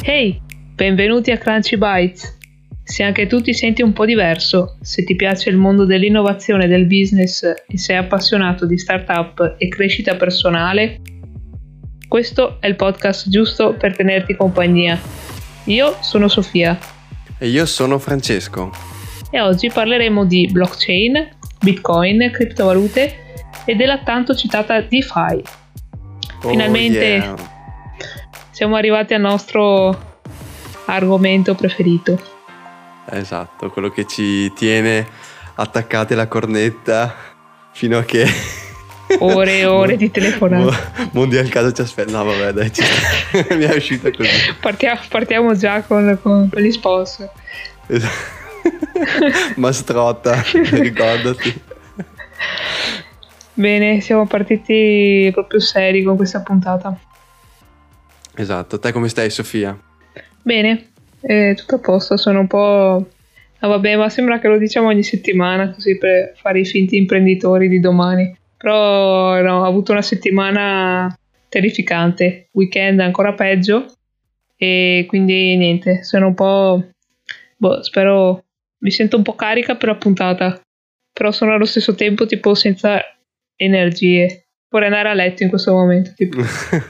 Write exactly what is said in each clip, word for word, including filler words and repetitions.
Hey, benvenuti a Crunchy Bytes. Se anche tu ti senti un po' diverso, se ti piace il mondo dell'innovazione e del business e sei appassionato di startup e crescita personale, questo è il podcast giusto per tenerti compagnia. Io sono Sofia. E io sono Francesco. E oggi parleremo di blockchain, bitcoin, criptovalute e della tanto citata DeFi. Oh, Finalmente yeah. siamo arrivati al nostro argomento preferito. Esatto, quello che ci tiene attaccati alla cornetta fino a che ore e ore di telefonate. Mondial Caso ci aspetta. No vabbè dai, ci sta. Mi è uscita così. Partiamo, partiamo già con, con, con gli sponsor. Esatto. Mastrotta, ricordati. Bene, siamo partiti proprio seri con questa puntata. Esatto, te come stai Sofia? Bene, eh, tutto a posto, sono un po'... Ah, vabbè, ma sembra che lo diciamo ogni settimana, così per fare i finti imprenditori di domani. Però no, ho avuto una settimana terrificante, weekend ancora peggio, e quindi niente, sono un po'... Boh, spero... Mi sento un po' carica per la puntata, però sono allo stesso tempo tipo senza energie. Vorrei andare a letto in questo momento, tipo.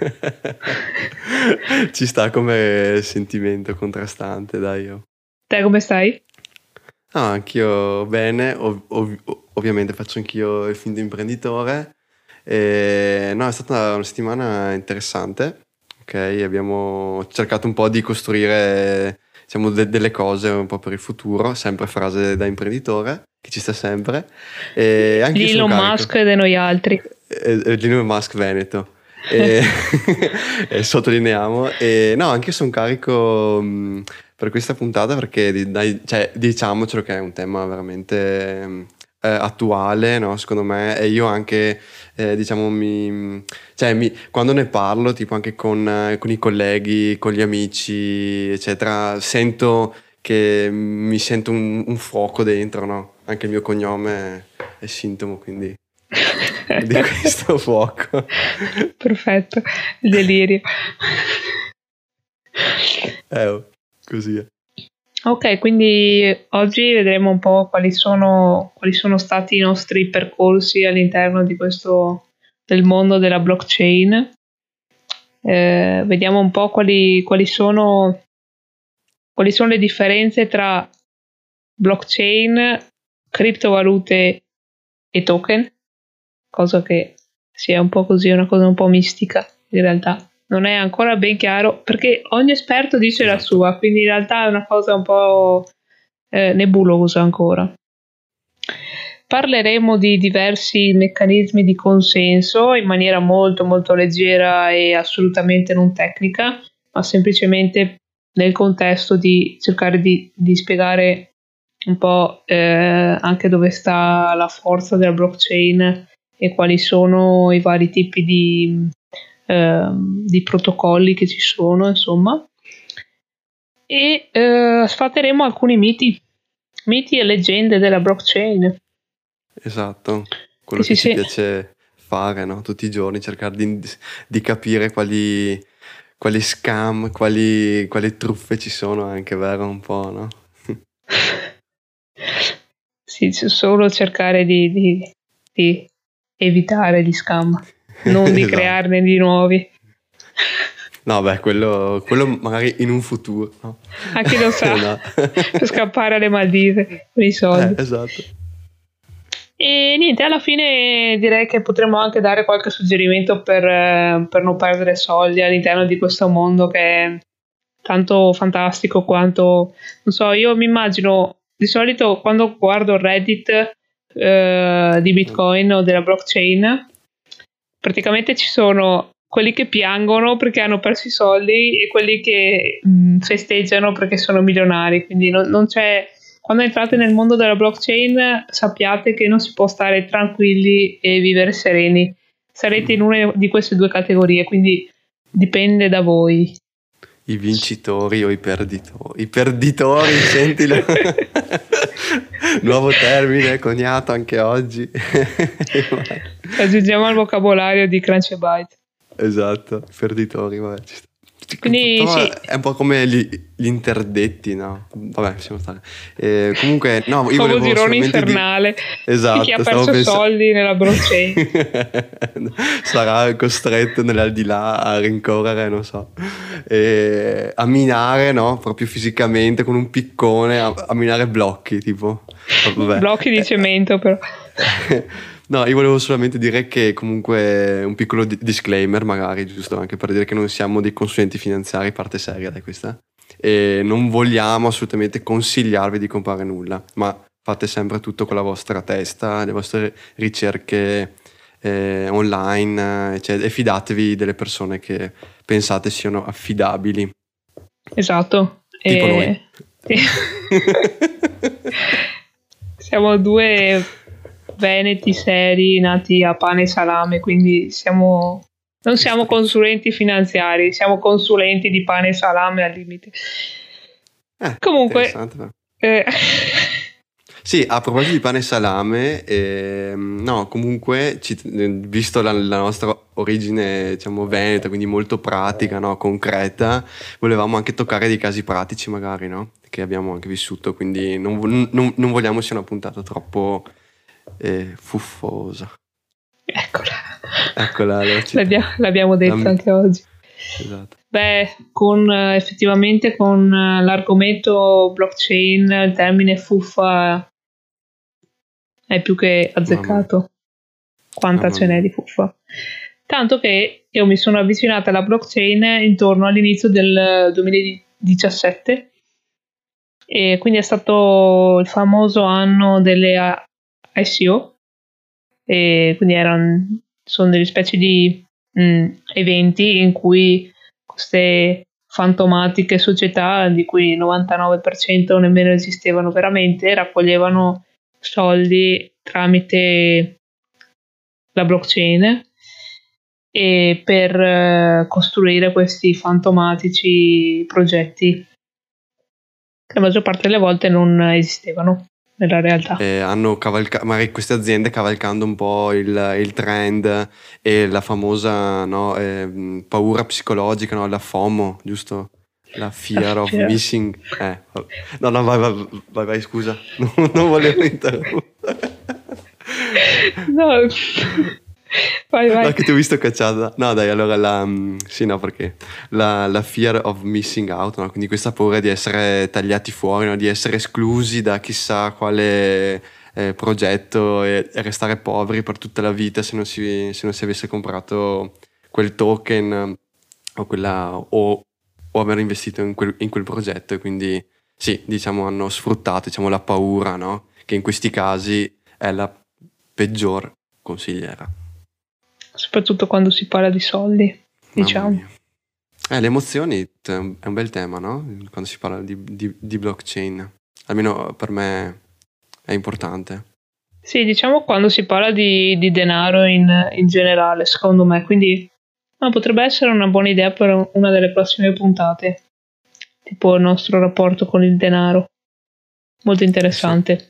Ci sta come sentimento contrastante, dai. Io. Te come stai? No, anch'io bene, ov- ov- ovviamente faccio anch'io il finto imprenditore. E, no, è stata una settimana interessante, ok? Abbiamo cercato un po' di costruire, diciamo, de- delle cose un po' per il futuro, sempre frase da imprenditore, che ci sta sempre. E anche io sono Elon carico. Musk e noi altri. E- e- Elon Musk Veneto. E, e sottolineiamo. E no, anche io sono carico mh, per questa puntata perché di- dai, cioè, diciamocelo che è un tema veramente mh, eh, attuale, no? Secondo me, e io anche eh, diciamo mi, cioè, mi, quando ne parlo tipo anche con, eh, con i colleghi, con gli amici eccetera, sento che mi sento un, un fuoco dentro, no? Anche il mio cognome è, è sintomo, quindi di questo fuoco. Perfetto, il delirio. Eh, oh, così è. Ok, quindi oggi vedremo un po' quali sono, quali sono stati i nostri percorsi all'interno di questo del mondo della blockchain. Eh, vediamo un po' quali, quali sono quali sono le differenze tra blockchain, criptovalute e token, cosa che sia un po' così, una cosa un po' mistica in realtà. Non è ancora ben chiaro perché ogni esperto dice Esatto. la sua, quindi in realtà è una cosa un po' eh, nebulosa ancora. Parleremo di diversi meccanismi di consenso in maniera molto molto leggera e assolutamente non tecnica, ma semplicemente nel contesto di cercare di, di spiegare un po' eh, anche dove sta la forza della blockchain e quali sono i vari tipi di, eh, di protocolli che ci sono, insomma. E eh, sfateremo alcuni miti, miti e leggende della blockchain. Esatto, quello Che che si ci se- piace fare, no? Tutti i giorni, cercare di, di capire quali, quali scam, quali, quali truffe ci sono anche, vero? Un po', no? sì, c'è solo cercare di, di- di evitare gli scam, non di Esatto. crearne di nuovi. No, beh, quello, quello magari in un futuro, no? A chi lo sa, No. per scappare alle Maldive con i soldi. Eh, esatto. E niente, alla fine direi che potremmo anche dare qualche suggerimento per, eh, per non perdere soldi all'interno di questo mondo che è tanto fantastico quanto, non so, io mi immagino di solito quando guardo il Reddit eh, di Bitcoin o della blockchain, praticamente ci sono quelli che piangono perché hanno perso i soldi e quelli che mh, festeggiano perché sono milionari, quindi non, non c'è... Quando entrate nel mondo della blockchain sappiate che non si può stare tranquilli e vivere sereni, sarete in una di queste due categorie, quindi dipende da voi. I vincitori o i perditori? I perditori, sentilo. Nuovo termine coniato anche oggi. Aggiungiamo al vocabolario di Crunchy Bytes. Esatto, perditori, vabbè, ci sta. Quindi Però sì, è un po' come gli, gli interdetti, no? Vabbè, possiamo stare. Eh, comunque, no, il io famoso volevo girone solamente dire... infernale di chi ha Esatto, stavo perso pensando... soldi nella blockchain. Sarà costretto nell'aldilà a rincorrere, non so, eh, a minare, no? Proprio fisicamente con un piccone, a, a minare blocchi, tipo. Vabbè. Blocchi di Eh, cemento, però. No, io volevo solamente dire che comunque un piccolo di- disclaimer, magari, giusto anche per dire che non siamo dei consulenti finanziari, parte seria da questa, e non vogliamo assolutamente consigliarvi di comprare nulla, ma fate sempre tutto con la vostra testa, le vostre ricerche eh, online, eccetera, e fidatevi delle persone che pensate siano affidabili, Esatto. tipo noi. E... Siamo due veneti seri nati a pane e salame, quindi siamo... non siamo consulenti finanziari, siamo consulenti di pane e salame al limite. Eh, Comunque, interessante, però. eh, Sì, a proposito di pane e salame, ehm, no, comunque, ci- visto la, la nostra origine, diciamo, veneta, quindi molto pratica, no, concreta, volevamo anche toccare dei casi pratici, magari, no? Che abbiamo anche vissuto, quindi non, vo- non- non vogliamo sia una puntata troppo eh, fuffosa. eccola, Eccola, la città. L'abbiamo, l'abbiamo detto La- anche oggi. Esatto. Beh, con eh, effettivamente con eh, l'argomento blockchain, il termine fuffa è più che Mamma mia, azzeccato. Quanta mamma ce n'è mia. di fuffa. Tanto che io mi sono avvicinata alla blockchain intorno all'inizio del duemiladiciassette e quindi è stato il famoso anno delle A- I C O e quindi erano, sono delle specie di mh, eventi in cui queste fantomatiche società, di cui il novantanove per cento nemmeno esistevano veramente, raccoglievano soldi tramite la blockchain e per eh, costruire questi fantomatici progetti che la maggior parte delle volte non esistevano nella realtà. Eh, hanno cavalcato, magari queste aziende cavalcando un po' il, il trend e la famosa, no, ehm, paura psicologica, no, la FOMO, giusto? La fear of Cioè, missing. Eh, vabbè. No, no, vai, vai, vai, vai, scusa, non, non volevo interrompere. no, vai, No, vai. che ti ho visto cacciata. No, dai, allora la... mm, sì, no, perché la, la fear of missing out, no? Quindi questa paura di essere tagliati fuori, no? Di essere esclusi da chissà quale eh, progetto e, e restare poveri per tutta la vita se non si, se non si avesse comprato quel token eh, o quella... o, o aver investito in quel, in quel progetto. E quindi sì, diciamo, hanno sfruttato, diciamo, la paura, no? Che in questi casi è la peggior consigliera. Soprattutto quando si parla di soldi, Mamma diciamo. mia. Eh, le emozioni t- è un bel tema, no? Quando si parla di, di- di blockchain. Almeno per me è importante. Sì, diciamo quando si parla di, di denaro in, in generale, secondo me, quindi no, potrebbe essere una buona idea per una delle prossime puntate, tipo il nostro rapporto con il denaro, molto Eh sì. interessante.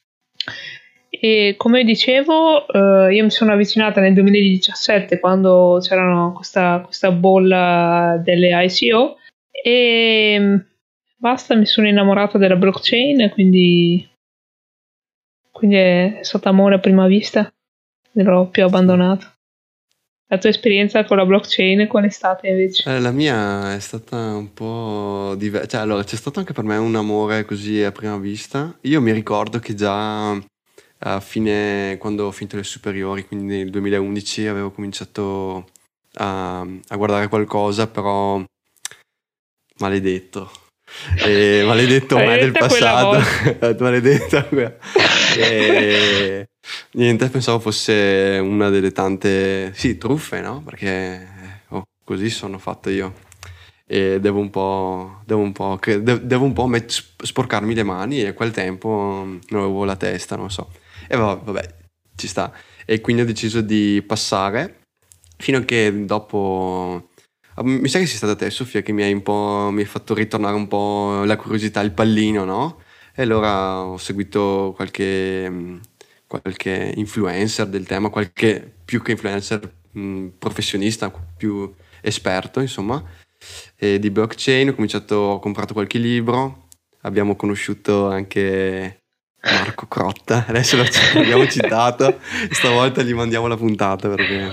E come dicevo, eh, io mi sono avvicinata nel duemiladiciassette quando c'era questa, questa bolla delle I C O e mm, basta, mi sono innamorata della blockchain, quindi, quindi è stato amore a prima vista, non l'ho più abbandonato. La tua esperienza con la blockchain qual è stata invece? Eh, la mia è stata un po' diversa. Cioè, allora, c'è stato anche per me un amore così a prima vista. Io mi ricordo che già a fine, quando ho finito le superiori, quindi nel duemilaundici, avevo cominciato a, a guardare qualcosa, però maledetto. E maledetto me del Maledetta quella passato. volta. Maledetta quella. E niente, pensavo fosse una delle tante, sì, truffe, no? Perché oh, così sono fatto io. E devo un po', devo un po', cre- de- devo un po' met- sporcarmi le mani e a quel tempo non avevo la testa, non so. E vabbè, vabbè, ci sta. E quindi ho deciso di passare fino a che dopo... ah, Mi sa che sei stata te, Sofia, che mi hai un po', mi hai fatto ritornare un po' la curiosità, il pallino, no? E allora ho seguito qualche, mh, qualche influencer del tema, qualche più che influencer mh, professionista, più esperto, insomma. eh, di blockchain, ho cominciato, ho comprato qualche libro, abbiamo conosciuto anche Marco Crotta, adesso lo- l'abbiamo citato, stavolta gli mandiamo la puntata perché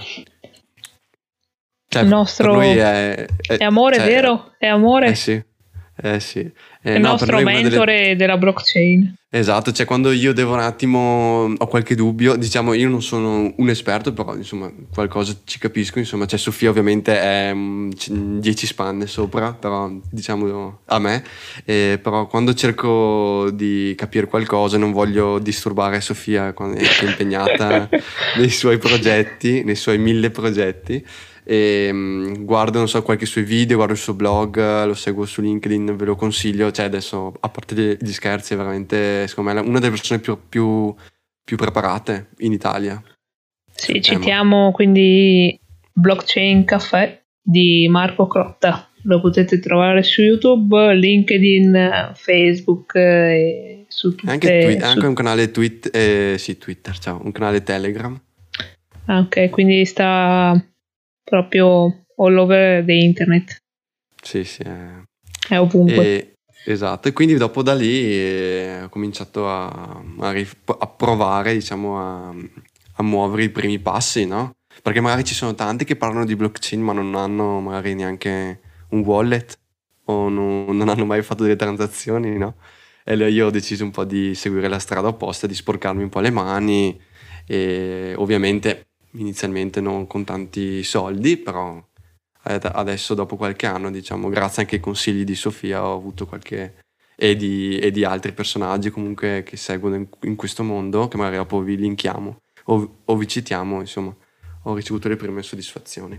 Il cioè, per noi nostro è, è è- amore, cioè, vero? È eh amore? sì, eh sì. È Eh, il no, per nostro noi è una delle... mentore della blockchain. Esatto, cioè quando io devo un attimo, ho qualche dubbio, diciamo io non sono un esperto, però insomma qualcosa ci capisco, insomma, cioè Sofia ovviamente è mm, c- dieci spanne sopra, però diciamo a me, eh, però quando cerco di capire qualcosa non voglio disturbare Sofia quando- che è impegnata nei suoi progetti, nei suoi mille progetti. E mm, guardo, non so, qualche suo video, guardo il suo blog, lo seguo su LinkedIn, ve lo consiglio. Cioè, adesso, a parte gli gli scherzi, è veramente, secondo me, una delle persone più, più, più preparate in Italia Sì, sul tema. citiamo quindi Blockchain Café di Marco Crotta. Lo potete trovare su YouTube, LinkedIn, Facebook eh, e su E anche, twi- tutte... anche Su... un canale tweet, eh, sì, Twitter, ciao, un canale Telegram. Ah, ok, quindi sta proprio all over the internet, Sì, sì. eh. è ovunque. E, esatto, e quindi dopo da lì eh, ho cominciato a, a rif- a provare, diciamo, a, a muovere i primi passi, no? Perché magari ci sono tanti che parlano di blockchain ma non hanno magari neanche un wallet o non, non hanno mai fatto delle transazioni, no? E allora io ho deciso un po' di seguire la strada opposta, di sporcarmi un po' le mani e ovviamente inizialmente non con tanti soldi, però ad- adesso dopo qualche anno, diciamo, grazie anche ai consigli di Sofia ho avuto qualche e di, e di altri personaggi comunque che seguono in, in questo mondo, che magari dopo vi linkiamo o, o vi citiamo, insomma, ho ricevuto le prime soddisfazioni.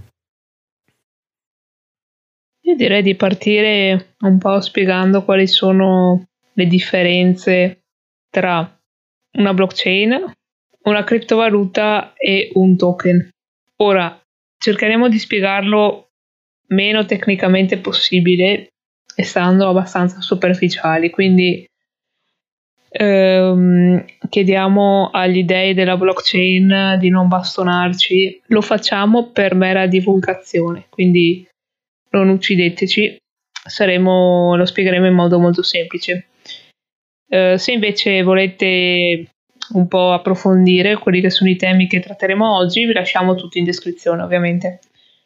Io direi di partire un po' spiegando quali sono le differenze tra una blockchain, una criptovaluta e un token. Ora, cercheremo di spiegarlo meno tecnicamente possibile e stando abbastanza superficiali, quindi ehm, chiediamo agli dei della blockchain di non bastonarci, lo facciamo per mera divulgazione, quindi non uccideteci, saremo, lo spiegheremo in modo molto semplice. Eh, se invece volete un po' approfondire quelli che sono i temi che tratteremo oggi, vi lasciamo tutto in descrizione, ovviamente.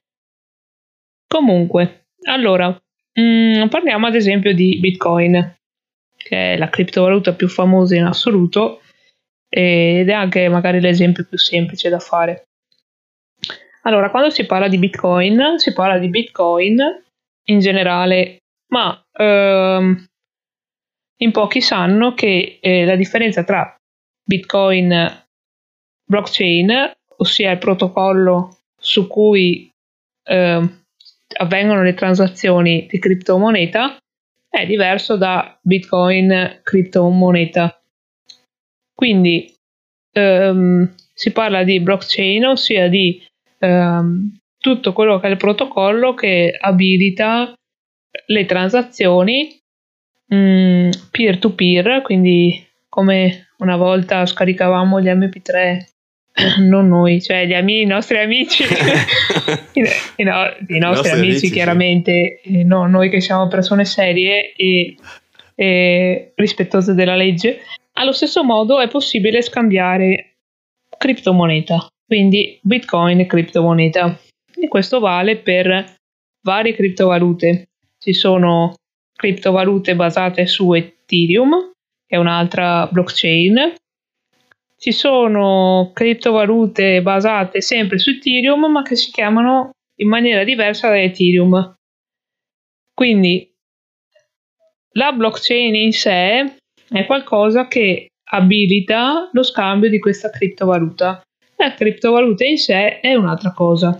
Comunque, allora, mh, parliamo ad esempio di Bitcoin, che è la criptovaluta più famosa in assoluto ed è anche magari l'esempio più semplice da fare. Allora, quando si parla di Bitcoin, si parla di Bitcoin in generale, ma ehm, in pochi sanno che eh, la differenza tra Bitcoin blockchain, ossia il protocollo su cui eh, avvengono le transazioni di criptomoneta, è diverso da Bitcoin criptomoneta. Quindi ehm, si parla di blockchain, ossia di ehm, tutto quello che è il protocollo che abilita le transazioni mh, peer-to-peer, quindi come una volta scaricavamo gli emme pi tre, non noi, cioè gli ami- i nostri amici, i, i no- i I nostri nostri amici amici, sì. chiaramente, eh, no, noi che siamo persone serie e, e rispettose della legge. Allo stesso modo è possibile scambiare criptomoneta, quindi Bitcoin e criptomoneta. E questo vale per varie criptovalute. Ci sono criptovalute basate su Ethereum, che è un'altra blockchain. Ci sono criptovalute basate sempre su Ethereum, ma che si chiamano in maniera diversa da Ethereum. Quindi la blockchain in sé è qualcosa che abilita lo scambio di questa criptovaluta. La criptovaluta in sé è un'altra cosa.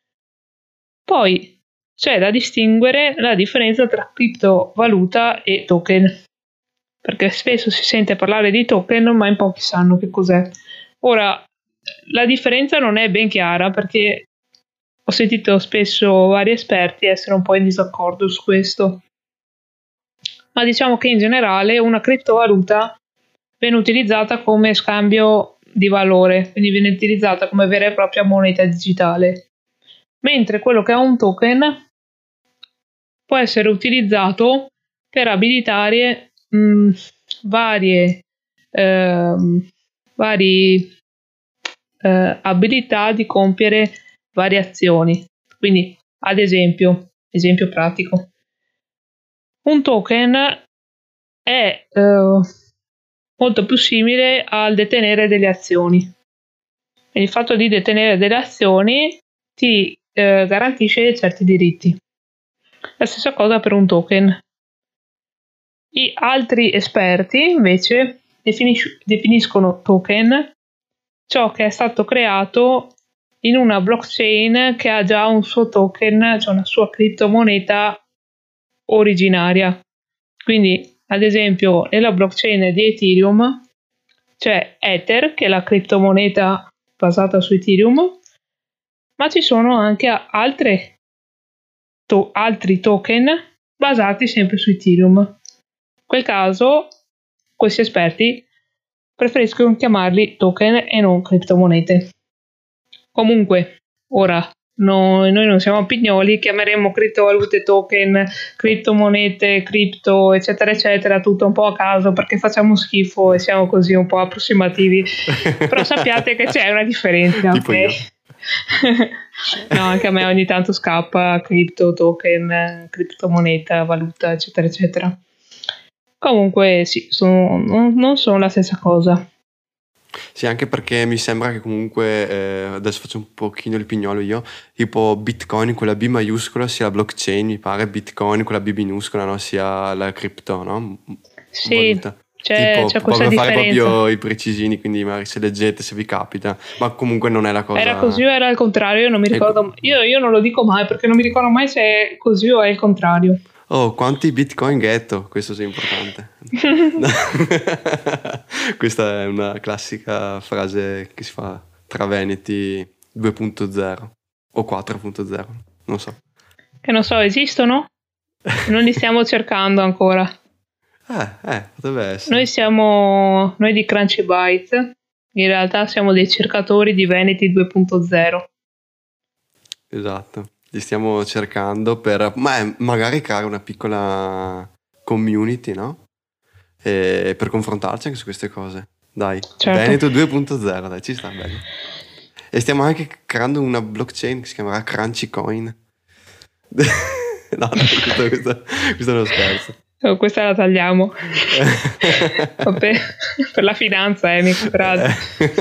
Poi c'è da distinguere la differenza tra criptovaluta e token, perché spesso si sente parlare di token, ma in pochi sanno che cos'è. Ora, la differenza non è ben chiara perché ho sentito spesso vari esperti essere un po' in disaccordo su questo. Ma diciamo che in generale una criptovaluta viene utilizzata come scambio di valore, quindi viene utilizzata come vera e propria moneta digitale, mentre quello che è un token può essere utilizzato per abilitare mh, varie, ehm, vari, eh, abilità di compiere varie azioni. Quindi, ad esempio, esempio pratico, un token è eh, molto più simile al detenere delle azioni. Quindi il fatto di detenere delle azioni ti eh, garantisce certi diritti. La stessa cosa per un token. I altri esperti invece definis- definiscono token ciò che è stato creato in una blockchain che ha già un suo token, cioè una sua criptomoneta originaria. Quindi, ad esempio, nella blockchain di Ethereum c'è Ether, che è la criptomoneta basata su Ethereum, ma ci sono anche altre to- altri token basati sempre su Ethereum. In quel caso, questi esperti preferiscono chiamarli token e non criptomonete. Comunque, ora no, noi non siamo pignoli, chiameremo criptovalute token, criptomonete, cripto, eccetera, eccetera, tutto un po' a caso perché facciamo schifo e siamo così un po' approssimativi. Però sappiate che c'è una differenza, Tipo io. ok? No, anche a me ogni tanto scappa cripto, token, criptomoneta, valuta, eccetera, eccetera. Comunque, sì, sono, non, non sono la stessa cosa. Sì, anche perché mi sembra che comunque, eh, adesso faccio un pochino il pignolo io, tipo Bitcoin con la B maiuscola sia la blockchain, mi pare, Bitcoin con la B minuscola, no? Sia la cripto, no? Sì, Valuta. c'è, Tipo, c'è questa proprio fare differenza. proprio i precisini, quindi magari se leggete, se vi capita, ma comunque non è la cosa... Era così o era il contrario? Io non mi È co- ricordo. Io, io non lo dico mai perché non mi ricordo mai se è così o è il contrario. Oh, quanti Bitcoin ghetto? Questo sì è importante. Questa è una classica frase che si fa tra Veneti due punto zero o quattro punto zero, non so. Che non so, esistono? Non li stiamo cercando ancora. Eh, eh, potrebbe essere. Noi siamo, noi di Crunchy Byte, in realtà siamo dei cercatori di Veneti due punto zero. Esatto, li stiamo cercando per ma, magari creare una piccola community, no? E per confrontarci anche su queste cose. Dai, Certo. Veneto due punto zero, dai, ci sta bello. E stiamo anche creando una blockchain che si chiamerà Crunchy Coin. No, no, questo, questo, questo è uno scherzo. Oh, questa la tagliamo. Vabbè, per la finanza, eh, mica per altro.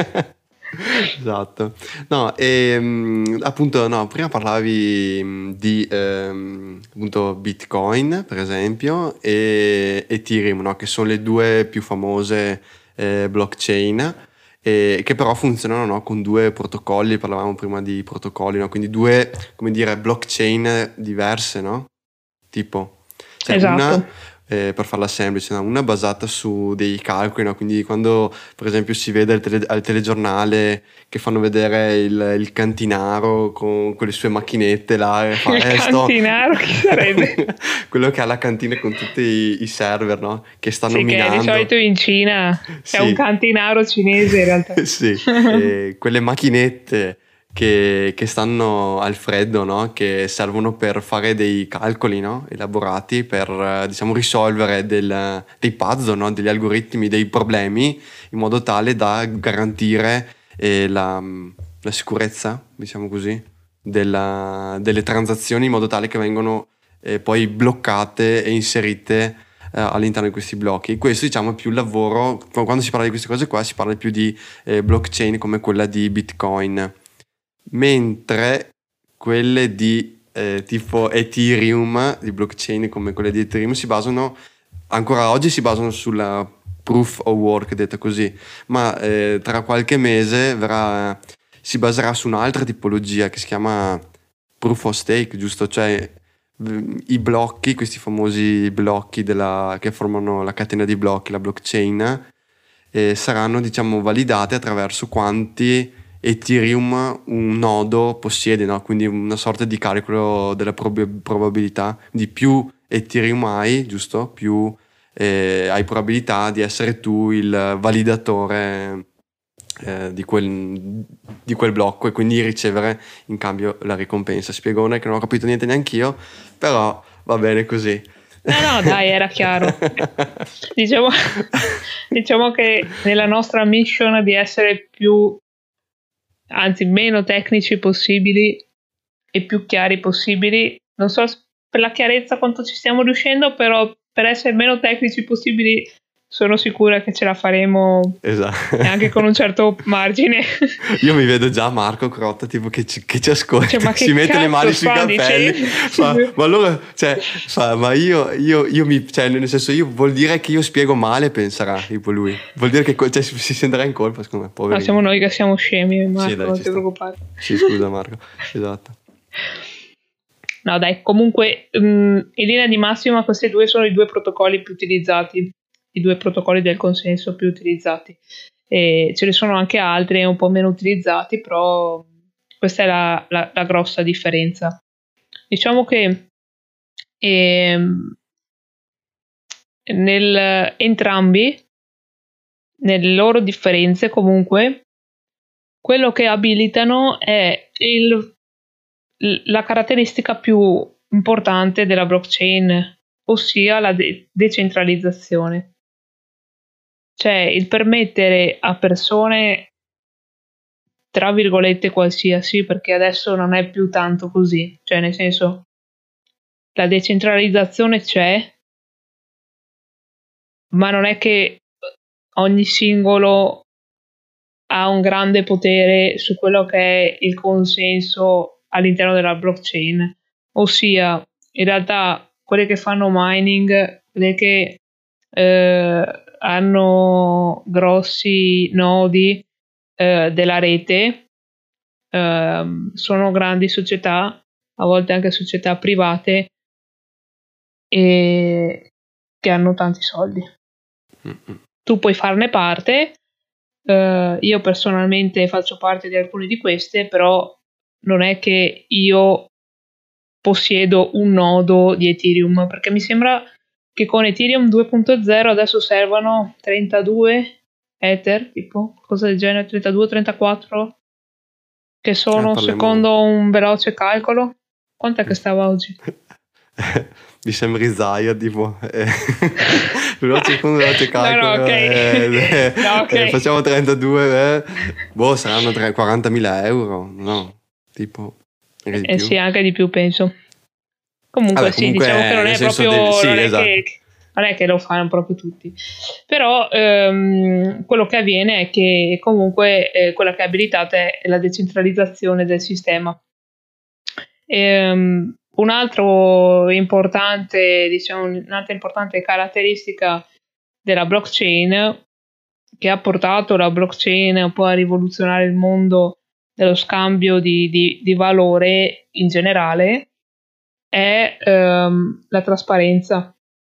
Esatto. No, e mh, appunto, no, prima parlavi mh, di ehm, appunto Bitcoin, per esempio, e Ethereum, no? Che sono le due più famose eh, blockchain, e che però funzionano, no? Con due protocolli, parlavamo prima di protocolli, no? Quindi due, come dire, blockchain diverse, no? Tipo, cioè Esatto. una, eh, per farla semplice, no? Una basata su dei calcoli, no? Quindi quando per esempio si vede al, tele- al telegiornale che fanno vedere il, il cantinaro con, con le sue macchinette là, e fa, Il eh, sto... cantinaro, chi sarebbe? Quello che ha la cantina con tutti i, i server, no? Che stanno Sì, che minando. di solito in Cina Sì. è un cantinaro cinese in realtà. Sì, e quelle macchinette che, che stanno al freddo, no? Che servono per fare dei calcoli, no? Elaborati per, eh, diciamo, risolvere del- dei puzzle, no? Degli algoritmi, dei problemi, in modo tale da garantire eh, la, la sicurezza, diciamo così, della- delle transazioni, in modo tale che vengono eh, poi bloccate e inserite eh, all'interno di questi blocchi. Questo, diciamo, è più lavoro. Quando si parla di queste cose qua si parla più di eh, blockchain come quella di Bitcoin, mentre quelle di eh, tipo Ethereum, di blockchain come quelle di Ethereum, si basano ancora oggi si basano sulla proof of work, detta così, ma eh, tra qualche mese verrà, si baserà su un'altra tipologia che si chiama proof of stake, giusto? Cioè v- i blocchi, questi famosi blocchi della, che formano la catena di blocchi, la blockchain, eh, saranno, diciamo, validate attraverso quanti Ethereum un nodo possiede, no? Quindi una sorta di calcolo della prob- probabilità. Di più Ethereum hai, giusto? Più eh, hai probabilità di essere tu il validatore eh, di, quel, di quel blocco e quindi ricevere in cambio la ricompensa. Spiegone che non ho capito niente neanche io, però Va bene così. No, no, dai, era chiaro. Diciamo, diciamo che nella nostra mission di essere più, anzi meno tecnici possibili e più chiari possibili, non so per la chiarezza quanto ci stiamo riuscendo, però per essere meno tecnici possibili sono sicura che ce la faremo, esatto. E anche con un certo margine. Io mi vedo già Marco Crotta tipo che ci, che ci ascolta, cioè, ma che si mette le mani sui fa, capelli, fa, ma allora cioè, fa, ma io, io, io mi, cioè nel senso io vuol dire che io spiego male, penserà tipo lui, vuol dire che cioè, si, si sentirà in colpa secondo me, poverino. Ma siamo noi che siamo scemi, Marco, sì, dai, non ci ti sta. preoccupare. Sì, scusa Marco, esatto. No dai, comunque mh, in linea di massima questi due sono i due protocolli più utilizzati, i due protocolli del consenso più utilizzati. E ce ne sono anche altri un po' meno utilizzati, però questa è la, la, la grossa differenza. Diciamo che ehm, nel, entrambi, nelle loro differenze comunque, quello che abilitano è il la caratteristica più importante della blockchain, ossia la de- decentralizzazione, cioè il permettere a persone, tra virgolette qualsiasi, perché adesso non è più tanto così, cioè nel senso la decentralizzazione c'è, ma non è che ogni singolo ha un grande potere su quello che è il consenso all'interno della blockchain, ossia in realtà quelle che fanno mining, quelle che eh, hanno grossi nodi eh, della rete, eh, sono grandi società, a volte anche società private, e che hanno tanti soldi. Mm-hmm. Tu puoi farne parte. Uh, io personalmente faccio parte di alcune di queste, però non è che io possiedo un nodo di Ethereum, perché mi sembra che con Ethereum due punto zero adesso servano trentadue Ether, tipo cosa del genere, trentadue trentaquattro, che sono, eh, secondo un veloce calcolo, quant'è che stava oggi? Mi sembri Zaya, tipo eh, veloce, veloce calcolo, no, no, okay. eh, no, okay. eh, facciamo trentadue, eh. Boh, saranno quarantamila euro, no? Tipo eh, di più. Sì, anche di più penso. Comunque, Vabbè, sì, comunque diciamo che non è proprio devi, sì, non, è esatto. che, non è che lo fanno proprio tutti, però ehm, quello che avviene è che comunque eh, quella che è abilitata è la decentralizzazione del sistema. Ehm, un altro importante, diciamo, un'altra importante caratteristica della blockchain, che ha portato la blockchain un po' a rivoluzionare il mondo dello scambio di, di, di valore in generale, è ehm, la trasparenza.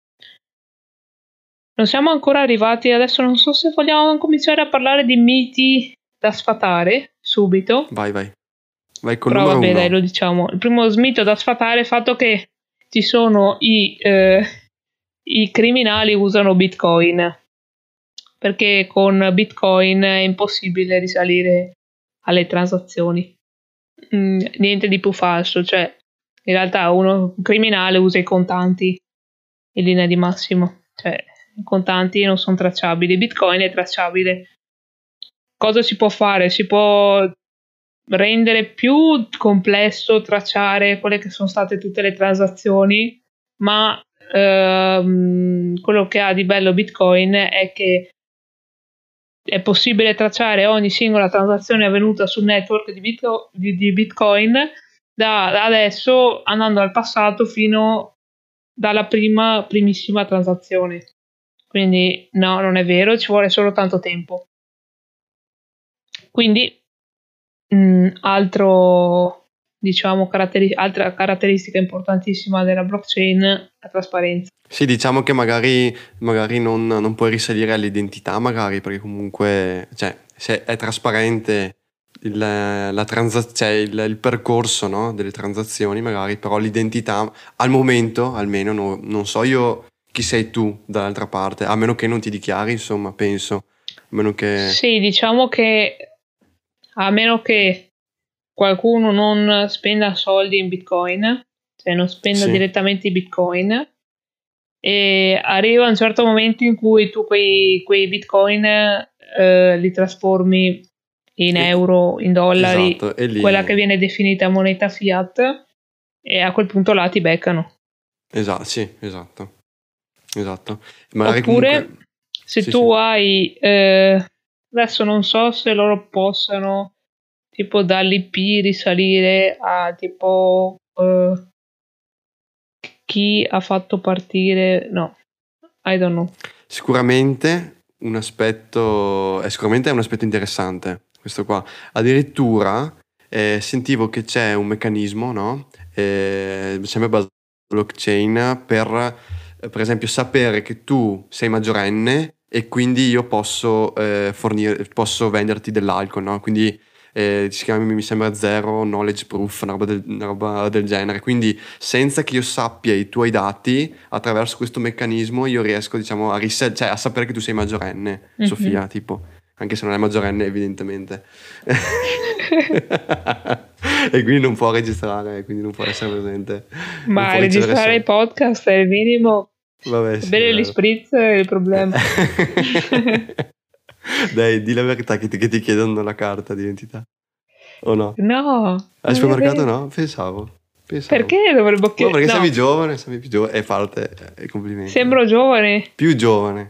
Non siamo ancora arrivati, adesso non so se vogliamo cominciare a parlare di miti da sfatare subito. Vai, vai. Vai con Però numero vabbè, uno. dai, lo diciamo. Il primo mito da sfatare è il fatto che ci sono i, eh, i criminali usano Bitcoin, perché con Bitcoin è impossibile risalire alle transazioni. Mm, niente di più falso, cioè in realtà uno un criminale usa i contanti in linea di massimo, cioè i contanti non sono tracciabili, Bitcoin è tracciabile. Cosa si può fare? Si può rendere più complesso tracciare quelle che sono state tutte le transazioni, ma ehm, quello che ha di bello Bitcoin è che è possibile tracciare ogni singola transazione avvenuta sul network di, Bitco- di, di Bitcoin da, da adesso, andando al passato fino dalla prima primissima transazione. Quindi no, non è vero, ci vuole solo tanto tempo. Quindi mh, altro, diciamo, caratteri- altra caratteristica importantissima della blockchain, la trasparenza. Sì, diciamo che magari, magari non, non puoi risalire all'identità, magari, perché comunque, cioè, se è trasparente il, la transa- cioè il, il percorso, no, delle transazioni, magari, però l'identità, al momento, almeno, no, non so io chi sei tu dall'altra parte, a meno che non ti dichiari, insomma, penso. A meno che... Sì, diciamo che a meno che qualcuno non spenda soldi in Bitcoin, cioè non spenda Sì. direttamente i bitcoin, e arriva un certo momento in cui tu quei, quei bitcoin eh, li trasformi in E- euro, in dollari, esatto, e quella che lì... viene definita moneta fiat, e a quel punto là ti beccano. Esatto, sì, esatto. Esatto. Magari comunque... Oppure se Sì, tu sì. hai, eh, adesso non so se loro possano tipo dall'I P risalire a tipo eh, chi ha fatto partire, no, I don't know. Sicuramente un aspetto, è sicuramente è un aspetto interessante questo qua. Addirittura eh, sentivo che c'è un meccanismo, no? Eh, sempre basato su blockchain per, eh, per esempio, sapere che tu sei maggiorenne e quindi io posso eh, fornire, posso venderti dell'alcol, no? Quindi eh, si chiama, mi sembra zero knowledge proof, una roba del, una roba del genere. Quindi senza che io sappia i tuoi dati, attraverso questo meccanismo io riesco, diciamo, a, rise- cioè, a sapere che tu sei maggiorenne, Mhm. Sofia, tipo, anche se non è maggiorenne evidentemente. E quindi non può registrare, quindi non può essere presente, non Ma può ricevere registrare i soldi. podcast è il minimo. Vabbè, sì, è Bere gli vero. spritz è il problema. Eh. Dai, di la verità che ti, che ti chiedono la carta d'identità, o no? No, Al non è supermercato vero. no? Pensavo, pensavo. Perché dovrebbe Ma chiedere? perché No, sei giovane, sei più giovane, e parte, e complimenti. sembro giovane. Più giovane.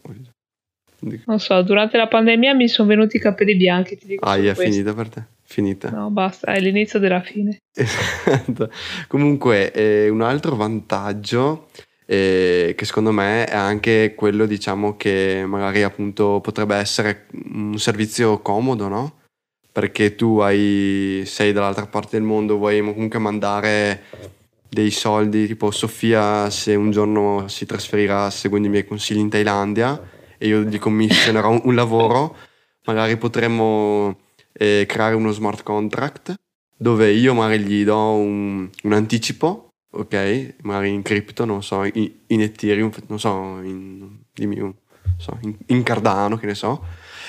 Non so, durante la pandemia mi sono venuti i capelli bianchi, ti dico Ah, solo è questo. finita per te, finita. No, basta, è l'inizio della fine. Esatto. Comunque, eh, un altro vantaggio eh, che secondo me è anche quello, diciamo, che magari appunto potrebbe essere un servizio comodo, no? Perché tu hai, sei dall'altra parte del mondo, vuoi comunque mandare dei soldi, tipo Sofia se un giorno si trasferirà seguendo i miei consigli in Thailandia e io gli commissionerò un, un lavoro, magari potremmo eh, creare uno smart contract dove io magari gli do un, un anticipo, ok? Magari in cripto, non so, in, in Ethereum, non so, in, dimmi un- non so, in, in Cardano, che ne so.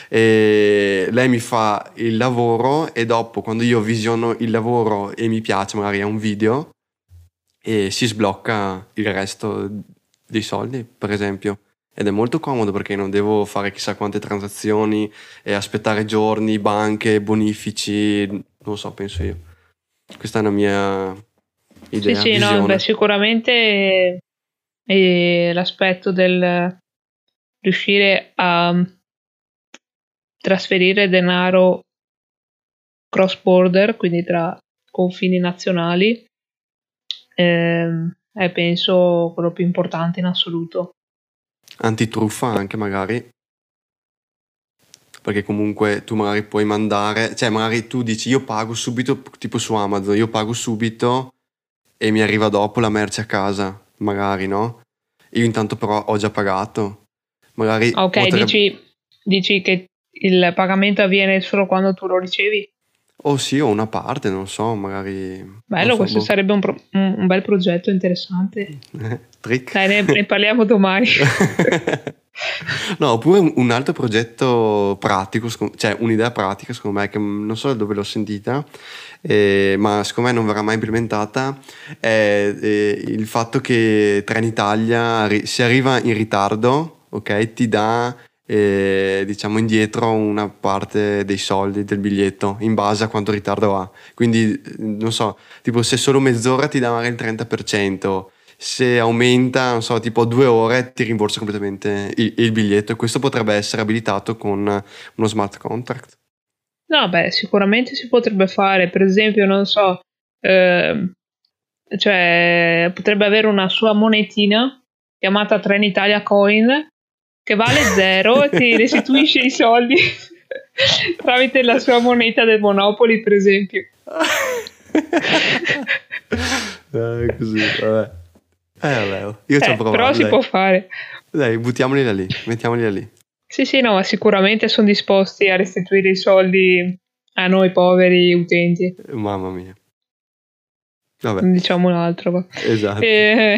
E lei mi fa il lavoro e dopo, quando io visiono il lavoro e mi piace, magari è un video, e si sblocca il resto dei soldi, per esempio. Ed è molto comodo perché non devo fare chissà quante transazioni e aspettare giorni, banche, bonifici, non lo so, penso io. Questa è una mia Sì, idea, sì, no, beh, visione. sicuramente eh, l'aspetto del riuscire a trasferire denaro cross border, quindi tra confini nazionali, ehm, è penso quello più importante in assoluto. Antitruffa anche magari, perché comunque tu magari puoi mandare, cioè magari tu dici io pago subito, tipo su Amazon, io pago subito e mi arriva dopo la merce a casa, magari, no? Io intanto però ho già pagato. Magari Ok, potrebbe... dici, dici che il pagamento avviene solo quando tu lo ricevi? O sì, o una parte, non so, magari... Non Bello, so, questo boh. sarebbe un, pro- un- un bel progetto interessante. Trick. Dai, ne, ne parliamo domani. No, oppure un, un altro progetto pratico, scom- cioè un'idea pratica, secondo me, che non so dove l'ho sentita, eh, ma secondo me non verrà mai implementata, è eh, il fatto che Trenitalia, ri- se arriva in ritardo, ok, ti dà, eh, diciamo, indietro una parte dei soldi del biglietto in base a quanto ritardo ha. Quindi, eh, non so, tipo se solo mezz'ora ti dà magari il trenta per cento, se aumenta, non so, tipo due ore ti rimborsa completamente il, il biglietto e questo potrebbe essere abilitato con uno smart contract. No, beh, sicuramente si potrebbe fare, per esempio, non so, ehm, cioè potrebbe avere una sua monetina chiamata Trenitalia Coin che vale zero e ti restituisce i soldi tramite la sua moneta del Monopoly, per esempio. Dai, così, vabbè. Eh, vabbè, oh, io ci ho Eh, però provato, si dai. può fare. Dai, buttiamoli da lì, mettiamoli da lì. Sì, sì, no, ma sicuramente sono disposti a restituire i soldi a noi poveri utenti. Mamma mia. Vabbè, Non diciamo altro, va. esatto. Eh,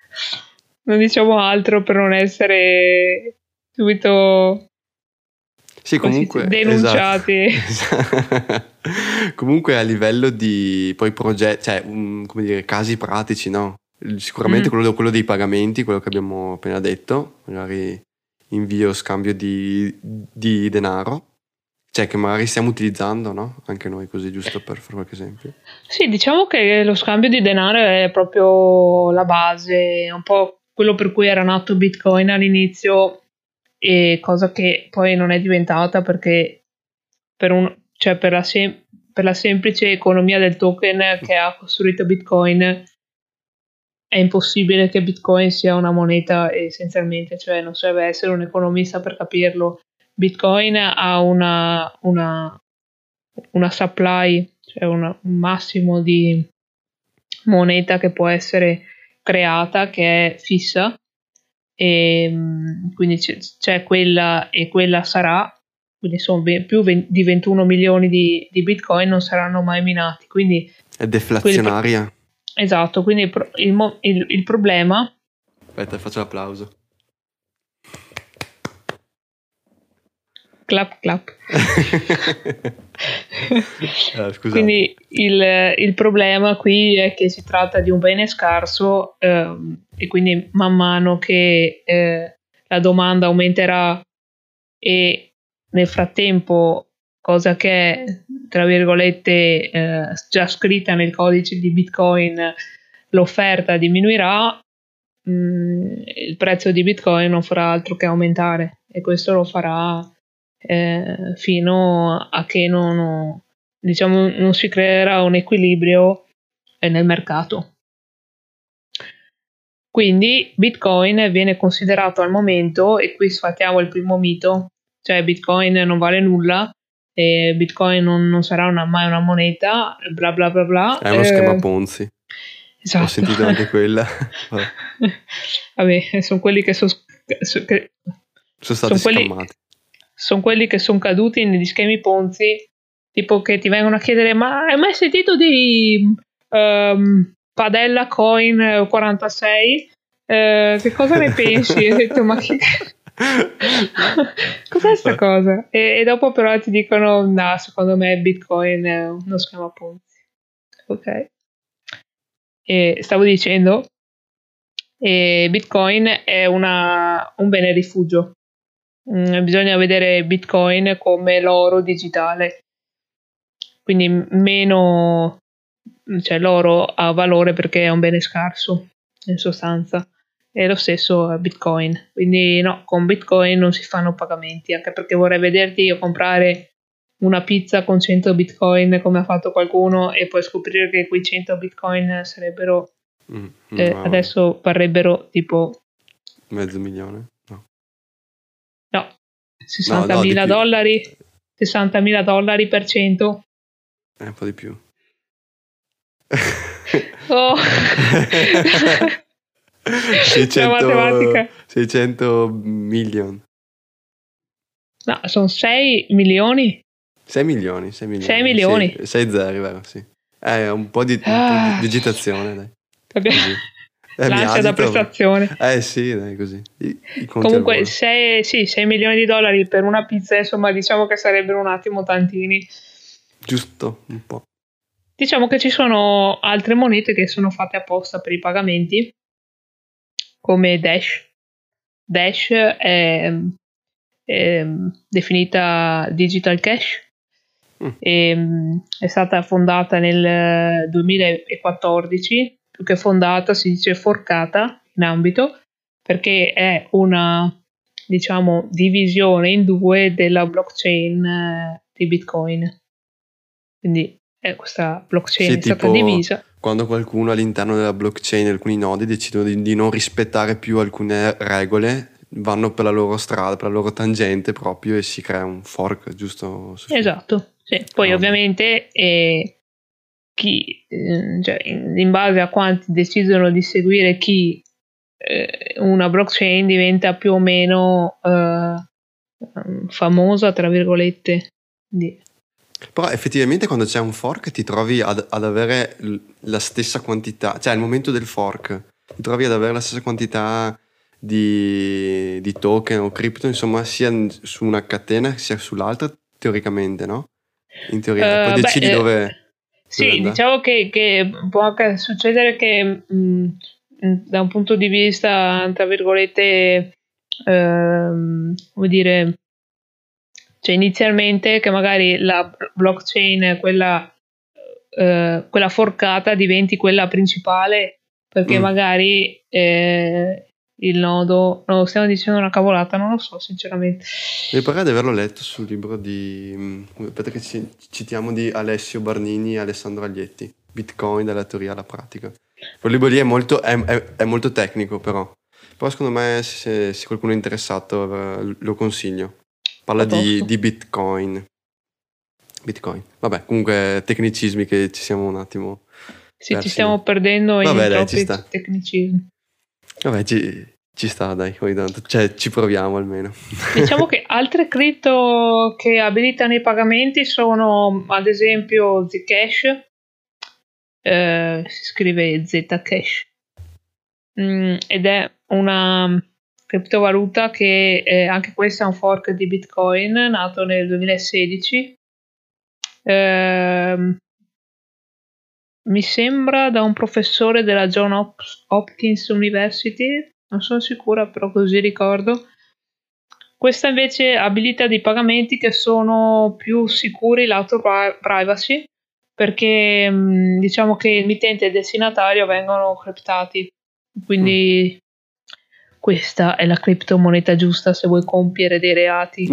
non diciamo altro per non essere subito Sì, comunque, denunciati. Esatto. Comunque a livello di poi progetti, cioè um, come dire, casi pratici, no? Sicuramente mm. quello, quello dei pagamenti, quello che abbiamo appena detto, magari invio scambio di, di denaro, cioè che magari stiamo utilizzando, no? Anche noi così, giusto per fare qualche esempio. Sì, diciamo che lo scambio di denaro è proprio la base, un po' quello per cui era nato Bitcoin all'inizio, e cosa che poi non è diventata perché per, un, cioè per, la, sem- per la semplice economia del token che ha costruito Bitcoin è impossibile che Bitcoin sia una moneta essenzialmente, cioè non serve essere un economista per capirlo. Bitcoin ha una, una, una supply, cioè una, un massimo di moneta che può essere creata che è fissa, e quindi c'è, c'è quella e quella sarà, quindi sono più di ventuno milioni di, di Bitcoin non saranno mai minati, quindi è deflazionaria. Pro- esatto, quindi il, pro- il, mo- il, il problema, aspetta, faccio l'applauso. clap clap. eh, quindi il, il problema qui è che si tratta di un bene scarso, ehm, e quindi man mano che eh, la domanda aumenterà e nel frattempo, cosa che è tra virgolette eh, già scritta nel codice di Bitcoin, l'offerta diminuirà, mh, il prezzo di Bitcoin non farà altro che aumentare, e questo lo farà eh, fino a che non, diciamo, non si creerà un equilibrio nel mercato. Quindi Bitcoin viene considerato al momento, e qui sfatiamo il primo mito, cioè Bitcoin non vale nulla, e Bitcoin non, non sarà una, mai una moneta, bla bla bla bla. È uno eh, schema Ponzi. Esatto. Ho sentito anche quella. Vabbè, Vabbè, sono quelli che, so, so, che sono stati son quelli, scammati. Sono quelli che sono caduti negli schemi Ponzi, tipo che ti vengono a chiedere: ma hai mai sentito di um, Padella Coin quarantasei? Eh, che cosa ne pensi? E ho detto: ma che cos'è sta cosa? E, e dopo però ti dicono: no, secondo me Bitcoin è uno schema Ponzi. Ok. E stavo dicendo, e Bitcoin è una, un bene rifugio. Mm, bisogna vedere Bitcoin come l'oro digitale, quindi meno, cioè l'oro ha valore perché è un bene scarso in sostanza, e lo stesso Bitcoin, quindi no, con Bitcoin non si fanno pagamenti, anche perché vorrei vederti io comprare una pizza con cento Bitcoin come ha fatto qualcuno e poi scoprire che quei cento Bitcoin sarebbero mm, eh, wow. adesso varrebbero tipo mezzo milione. No, no sessantamila no, no, dollari, sessantamila dollari per cento. È un po' di più. Oh. seicento, la matematica. seicento milioni. No, sono sei milioni. sei milioni, sei milioni. sei milioni. Sì, sei zeri, vero? Sì. Eh, un po' di, un ah. po' di agitazione, dai. Così. Eh, l'ansia da prestazione. Eh sì, dai, così. I, i Comunque sei, sì, sei milioni di dollari per una pizza, insomma, diciamo che sarebbero un attimo tantini. Giusto, un po'. Diciamo che ci sono altre monete che sono fatte apposta per i pagamenti, come Dash. Dash è, è definita Digital Cash. Mm. E, è stata fondata nel duemilaquattordici, più che fondata si dice forcata in ambito, perché è una, diciamo, divisione in due della blockchain eh, di Bitcoin. Quindi è questa blockchain sì, è stata tipo divisa. Quando qualcuno all'interno della blockchain, alcuni nodi decidono di, di non rispettare più alcune regole, vanno per la loro strada, per la loro tangente proprio, e si crea un fork, giusto? Sofia? Esatto, sì. Poi oh. ovviamente eh, chi, eh, cioè, in, in base a quanti decidono di seguire chi, eh, una blockchain diventa più o meno eh, famosa, tra virgolette. Di. Però effettivamente quando c'è un fork ti trovi ad, ad avere la stessa quantità, cioè al momento del fork ti trovi ad avere la stessa quantità di, di token o cripto, insomma, sia su una catena sia sull'altra, teoricamente, no? In teoria, poi Uh, beh, decidi eh, dove, dove sì, andare. diciamo che, che può anche succedere che mh, da un punto di vista, tra virgolette, ehm, come dire, cioè inizialmente che magari la blockchain, quella, eh, quella forcata, diventi quella principale, perché Mm. magari eh, il nodo, no, stiamo dicendo una cavolata, non lo so sinceramente. Mi pare di averlo letto sul libro di, mm, aspetta che ci, citiamo, di Alessio Barnini e Alessandro Aglietti, Bitcoin dalla teoria alla pratica. Quel libro lì è molto, è, è- è molto tecnico, però. Però secondo me se, se qualcuno è interessato eh, lo consiglio. Parla A di, posto. di Bitcoin. Bitcoin. Vabbè, comunque tecnicismi che ci siamo un attimo Sì, ci persi, no? stiamo perdendo in Vabbè, dai, ci troppi sta. tecnicismi. Vabbè, ci, ci sta, dai, ogni tanto. Cioè, ci proviamo almeno. Diciamo che altre cripto che abilitano i pagamenti sono ad esempio Zcash, eh, si scrive Zcash, mm, ed è una criptovaluta che eh, anche questa è un fork di Bitcoin, nato nel duemilasedici. Ehm, mi sembra da un professore della John Hop- Hopkins University, non sono sicura, però così ricordo. Questa invece abilita dei pagamenti che sono più sicuri lato pri- privacy, perché mh, diciamo che il mittente e il destinatario vengono criptati. Mm. Quindi questa è la criptomoneta giusta se vuoi compiere dei reati.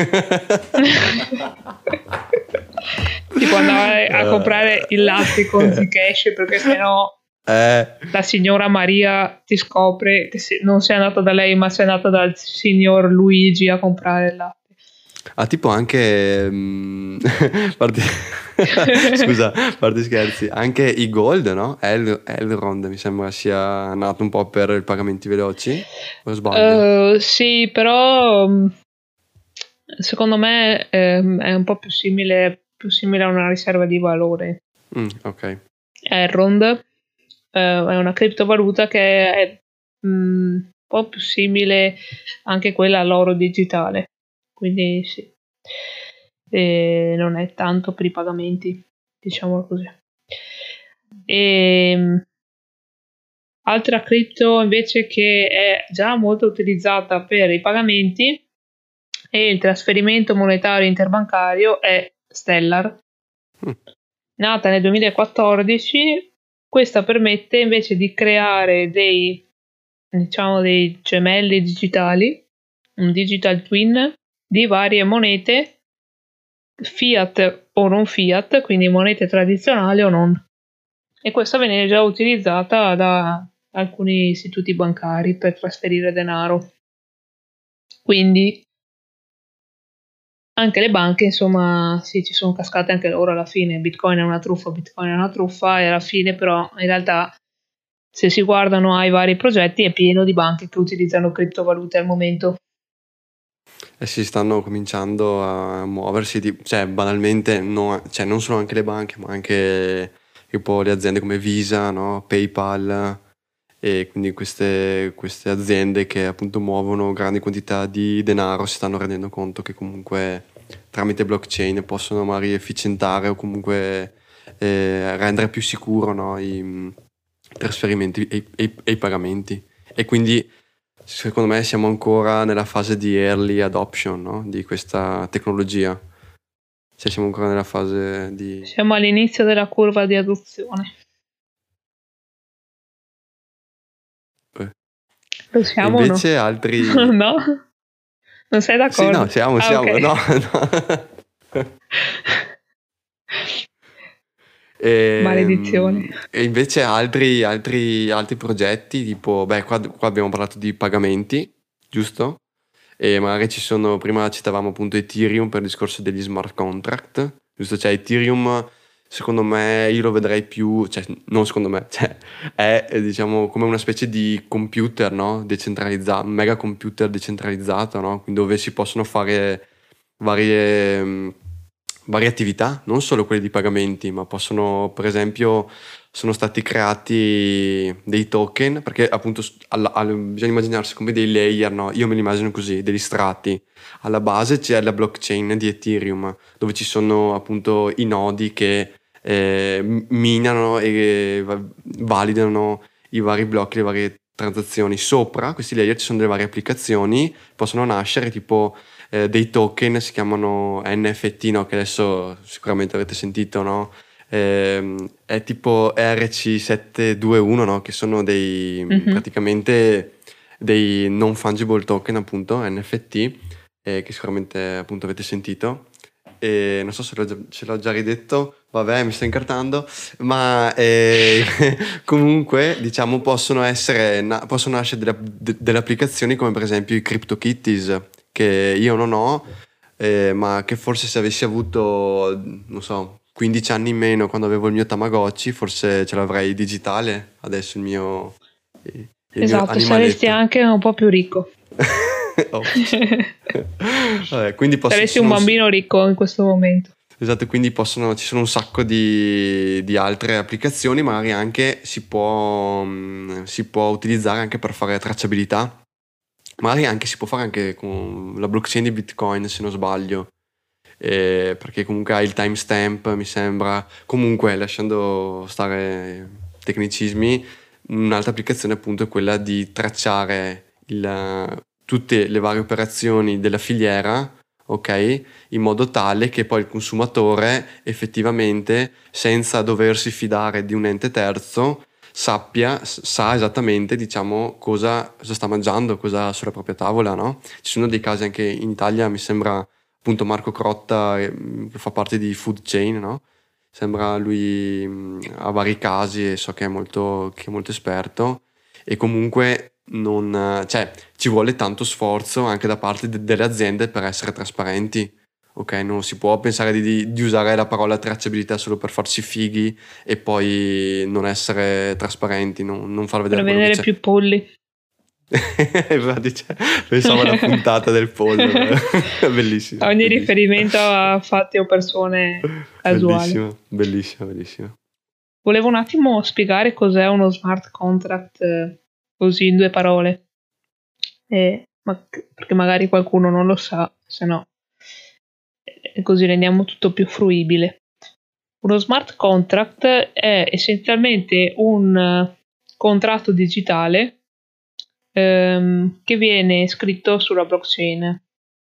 Tipo andare a comprare il latte con Zcash, perché sennò Eh, la signora Maria ti scopre che se- non sei andata da lei, ma sei andata dal signor Luigi a comprare il latte. ah, tipo anche mm, parti- scusa, parti scherzi, anche i Gold, no? El- Elrond mi sembra sia nato un po' per i pagamenti veloci, o sbaglio? Eh, sì, però mh, secondo me ehm, è un po' più simile, più simile a una riserva di valore. Mm, ok. Elrond eh, è una criptovaluta che è mh, un po' più simile anche quella all'oro digitale, quindi sì. E non è tanto per i pagamenti, diciamo così. E, altra cripto invece che è già molto utilizzata per i pagamenti e il trasferimento monetario interbancario è Stellar. Mm. Nata nel duemilaquattordici, questa permette invece di creare dei, diciamo, dei gemelli digitali, un digital twin di varie monete fiat o non fiat, quindi monete tradizionali o non. E questa viene già utilizzata da alcuni istituti bancari per trasferire denaro. Quindi anche le banche, insomma, sì, ci sono cascate anche loro alla fine. Bitcoin è una truffa, Bitcoin è una truffa, e alla fine però in realtà se si guardano ai vari progetti è pieno di banche che utilizzano criptovalute al momento. E si stanno cominciando a muoversi, di- cioè banalmente, no- cioè, non solo anche le banche, ma anche tipo le aziende come Visa, no? PayPal, e quindi queste, queste aziende che appunto muovono grandi quantità di denaro si stanno rendendo conto che comunque tramite blockchain possono magari efficientare o comunque eh, rendere più sicuro, no, i mm, trasferimenti e, e- e i pagamenti. E quindi secondo me siamo ancora nella fase di early adoption, no, di questa tecnologia. Cioè siamo ancora nella fase di... Siamo all'inizio della curva di adozione. eh. Lo E siamo o no? invece altri... No? Non sei Sì, no, d'accordo? siamo, Ah, ok. siamo, no, no. Maledizione. E, e invece altri, altri, altri progetti, tipo, beh, qua, qua abbiamo parlato di pagamenti, giusto? E magari ci sono, prima citavamo appunto Ethereum per il discorso degli smart contract, giusto? Cioè Ethereum, secondo me, io lo vedrei più, cioè non secondo me, cioè è eh, diciamo come una specie di computer, no? Decentralizzato, un mega computer decentralizzato, no? Quindi dove si possono fare varie, mh, varie attività, non solo quelle di pagamenti, ma possono, per esempio, sono stati creati dei token, perché appunto alla, alla, bisogna immaginarsi come dei layer, no? Io me li immagino così, degli strati. Alla base c'è la blockchain di Ethereum, dove ci sono appunto i nodi che eh, minano e validano i vari blocchi, le varie transazioni. Sopra questi layer ci sono delle varie applicazioni, possono nascere tipo eh, dei token, si chiamano N F T, no? Che adesso sicuramente avete sentito, no? Eh, è tipo R C settecentoventiuno, no? Che sono dei Mhm. praticamente dei non fungible token, appunto N F T, eh, che sicuramente appunto avete sentito. E non so se l'ho già, ce l'ho già ridetto, vabbè, mi sto incartando, ma eh, comunque diciamo possono essere na- possono nascere delle, de- delle applicazioni come per esempio i CryptoKitties, che io non ho, eh, ma che forse se avessi avuto, non so, quindici anni in meno quando avevo il mio Tamagotchi, forse ce l'avrei digitale adesso il mio, il mio Esatto, saresti animaletto. anche un po' più ricco. Oh. Vabbè, quindi posso, ci Saresti un sono un s- bambino ricco in questo momento. esatto, quindi possono, ci sono un sacco di, di altre applicazioni, magari anche si può, mh, si può utilizzare anche per fare tracciabilità. Magari anche si può fare anche con la blockchain di Bitcoin, se non sbaglio, eh, perché comunque ha il timestamp, mi sembra. Comunque, lasciando stare tecnicismi, un'altra applicazione appunto è quella di tracciare il- tutte le varie operazioni della filiera, ok? In modo tale che poi il consumatore effettivamente, senza doversi fidare di un ente terzo, sappia, s- sa esattamente, diciamo, cosa, cosa sta mangiando, cosa ha sulla propria tavola, no? Ci sono dei casi anche in Italia, mi sembra appunto Marco Crotta, eh, che fa parte di Food Chain, no? Sembra lui mh, ha vari casi e so che è molto, che è molto esperto e comunque non, eh, cioè, ci vuole tanto sforzo anche da parte de- delle aziende per essere trasparenti. Ok, non si può pensare di, di- di usare la parola tracciabilità solo per farsi fighi e poi non essere trasparenti, non, non far vedere Per quello che vendere c'è. più polli. Infatti, cioè, pensavo alla puntata del pollo, bellissimo, Ogni bellissimo. riferimento a fatti o persone casuali. Bellissimo, bellissimo, bellissimo. Volevo un attimo spiegare cos'è uno smart contract, eh, così in due parole. Eh, ma- perché magari qualcuno non lo sa, se no, eh, così rendiamo tutto più fruibile. Uno smart contract è essenzialmente un eh, contratto digitale ehm, che viene scritto sulla blockchain.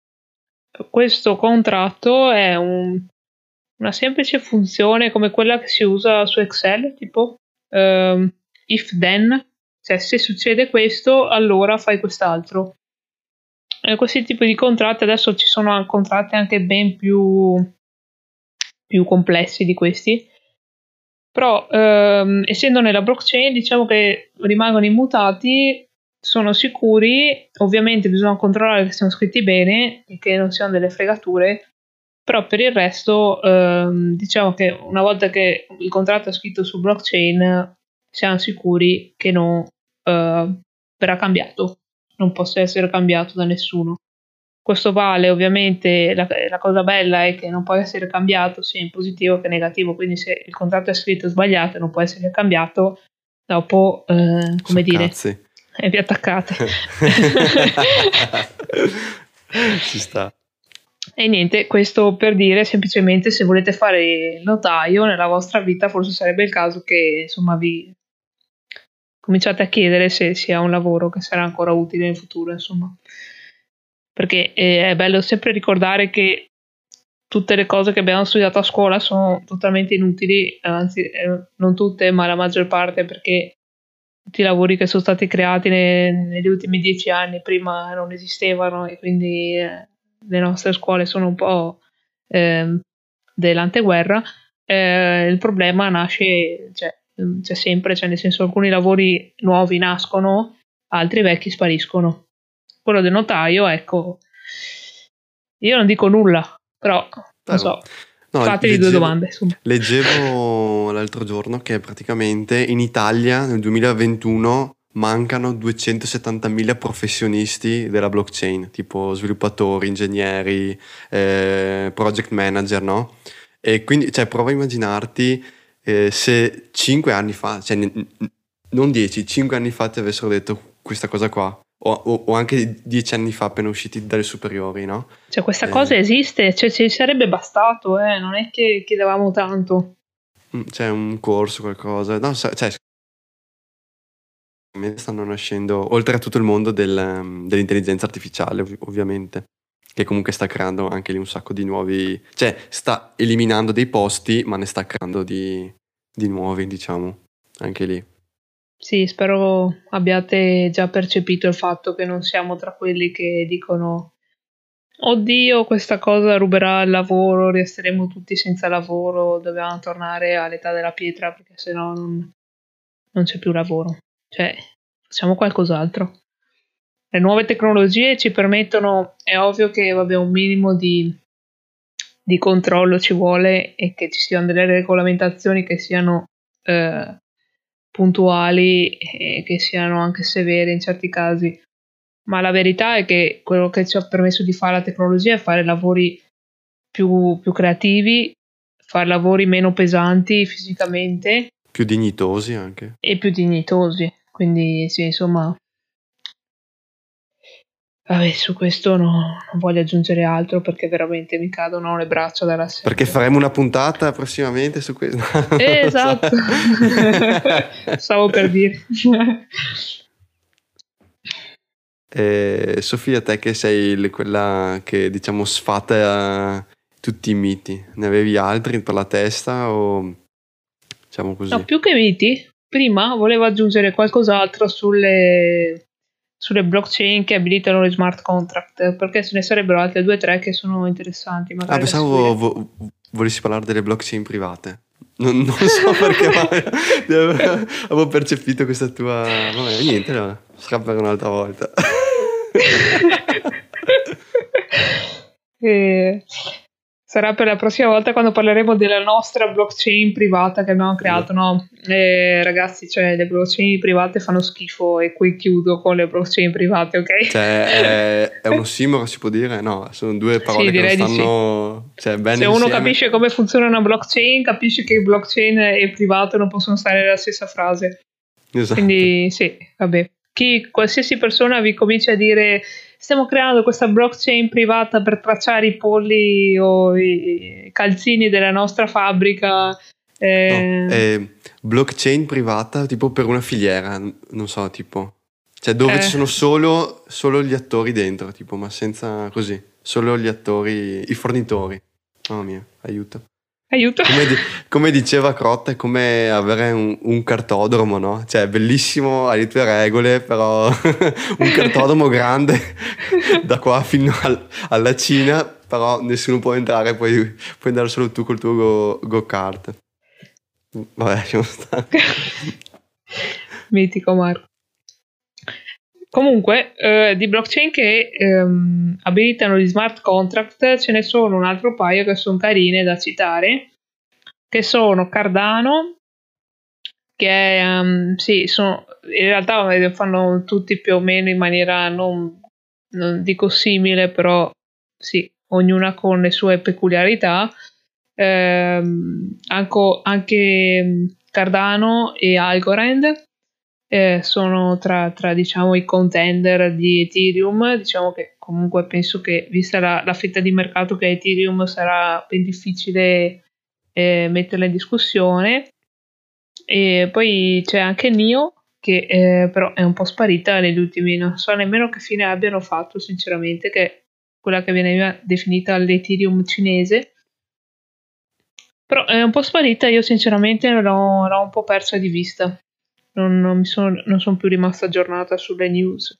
Questo contratto è un- una semplice funzione come quella che si usa su Excel, tipo ehm, if then, cioè se succede questo, allora fai quest'altro. Eh, questi tipi di contratti adesso ci sono an- contratti anche ben più, più complessi di questi, però ehm, essendo nella blockchain diciamo che rimangono immutati, sono sicuri, ovviamente bisogna controllare che siano scritti bene e che non siano delle fregature, però per il resto ehm, diciamo che una volta che il contratto è scritto su blockchain siamo sicuri che non eh, verrà cambiato, non possa essere cambiato da nessuno. Questo vale ovviamente, la, la cosa bella è che non può essere cambiato sia in positivo che in negativo, quindi se il contratto è scritto sbagliato e non può essere cambiato, dopo, eh, come So dire, cazzi. è vi attaccate. Ci sta. E niente, questo per dire semplicemente se volete fare il notaio nella vostra vita, forse sarebbe il caso che insomma vi cominciate a chiedere se sia un lavoro che sarà ancora utile in futuro, insomma. Perché eh, è bello sempre ricordare che tutte le cose che abbiamo studiato a scuola sono totalmente inutili, anzi eh, non tutte, ma la maggior parte, perché tutti i lavori che sono stati creati ne- negli ultimi dieci anni prima non esistevano e quindi eh, le nostre scuole sono un po' ehm, dell'anteguerra. Eh, il problema nasce, cioè, c'è sempre, cioè nel senso alcuni lavori nuovi nascono, altri vecchi spariscono. Quello del notaio, ecco, io non dico nulla, però non Però, so, no, fatevi due leggevo, domande, insomma. leggevo l'altro giorno che praticamente in Italia nel duemilaventuno mancano duecentosettantamila professionisti della blockchain, tipo sviluppatori, ingegneri, eh, project manager, no? E quindi, cioè, prova a immaginarti eh, se cinque anni fa, cioè n- n- non dieci, cinque anni fa ti avessero detto questa cosa qua, o, o- o anche dieci anni fa appena usciti dalle superiori, no? Cioè, questa cosa Eh, esiste, cioè ci sarebbe bastato, eh, non è che chiedevamo tanto. mm, c'è un corso, qualcosa, no, sa- cioè, me stanno nascendo, oltre a tutto il mondo del, um, dell'intelligenza artificiale, ov- ovviamente, che comunque sta creando anche lì un sacco di nuovi, cioè sta eliminando dei posti, ma ne sta creando di, di nuovi, diciamo, anche lì. Sì, spero abbiate già percepito il fatto che non siamo tra quelli che dicono oddio, questa cosa ruberà il lavoro, resteremo tutti senza lavoro, dobbiamo tornare all'età della pietra perché sennò non, non c'è più lavoro. Cioè, facciamo qualcos'altro. Le nuove tecnologie ci permettono, è ovvio che vabbè, un minimo di, di controllo ci vuole e che ci siano delle regolamentazioni che siano eh, puntuali e che siano anche severe in certi casi. Ma la verità è che quello che ci ha permesso di fare la tecnologia è fare lavori più, più creativi, fare lavori meno pesanti fisicamente Più dignitosi anche. e più dignitosi. Quindi sì, insomma, vabbè, su questo no- non voglio aggiungere altro perché veramente mi cadono le braccia dalla Perché sedia. faremo una puntata prossimamente su questo. Non lo so. Esatto, stavo per dire. E Sofia, te che sei le- quella che diciamo sfata tutti i miti, ne avevi altri per la testa o diciamo No, così? più che miti, prima volevo aggiungere qualcos'altro sulle, sulle blockchain che abilitano le smart contract, perché ce ne sarebbero altre due o tre che sono interessanti, Ah, magari da pensavo seguire. vo- volessi parlare delle blockchain private. Non, non so perché, ma avevo percepito questa tua. Vabbè, niente, no, sarà per un'altra volta. E sarà per la prossima volta quando parleremo della nostra blockchain privata che abbiamo creato, no? Eh, ragazzi, cioè le blockchain private fanno schifo e qui chiudo con le blockchain private, ok? Cioè, è, è un ossimoro, si può dire? No, sono due Sì, parole che non direi di sì. stanno, cioè, bene Se uno insieme. capisce come funziona una blockchain, capisce che blockchain e privato non possono stare nella stessa frase. Esatto. Quindi sì, vabbè. Chi, qualsiasi persona vi comincia a dire stiamo creando questa blockchain privata per tracciare i polli o i calzini della nostra fabbrica. No, eh, è blockchain privata tipo per una filiera, n- non so, tipo. Cioè, dove ci eh, sono solo, solo gli attori dentro, tipo, ma senza così. Solo gli attori, i fornitori. Mamma mia, aiuto. aiuto. Come, di- come diceva Crotta, è come avere un, un cartodromo, no? Cioè, bellissimo, hai le tue regole, però un cartodromo grande da qua fino al- alla Cina, però nessuno può entrare, puoi, puoi andare solo tu col tuo go, go-kart. Vabbè, lasciamo stare. Mitico Marco. Comunque, eh, di blockchain che ehm, abilitano gli smart contract ce ne sono un altro paio che sono carine da citare, che sono Cardano, che è, ehm, sì, sono, in realtà eh, fanno tutti più o meno in maniera non, non dico simile, però sì, ognuna con le sue peculiarità. Ehm, anche, anche Cardano e Algorand eh, sono tra, tra, diciamo, i contender di Ethereum. Diciamo che comunque penso che, vista la, la fetta di mercato che è Ethereum, sarà ben difficile eh, metterla in discussione. E poi c'è anche Nio, che eh, però è un po' sparita negli ultimi, non so nemmeno che fine abbiano fatto, sinceramente, che è quella che viene definita l'Ethereum cinese. Però è un po' sparita, io sinceramente l'ho, l'ho un po' persa di vista. Non, non mi sono, non sono più rimasta aggiornata sulle news.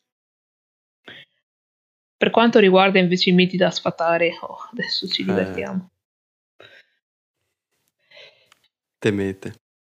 Per quanto riguarda invece i miti da sfatare, oh, adesso ci Eh, divertiamo. temete.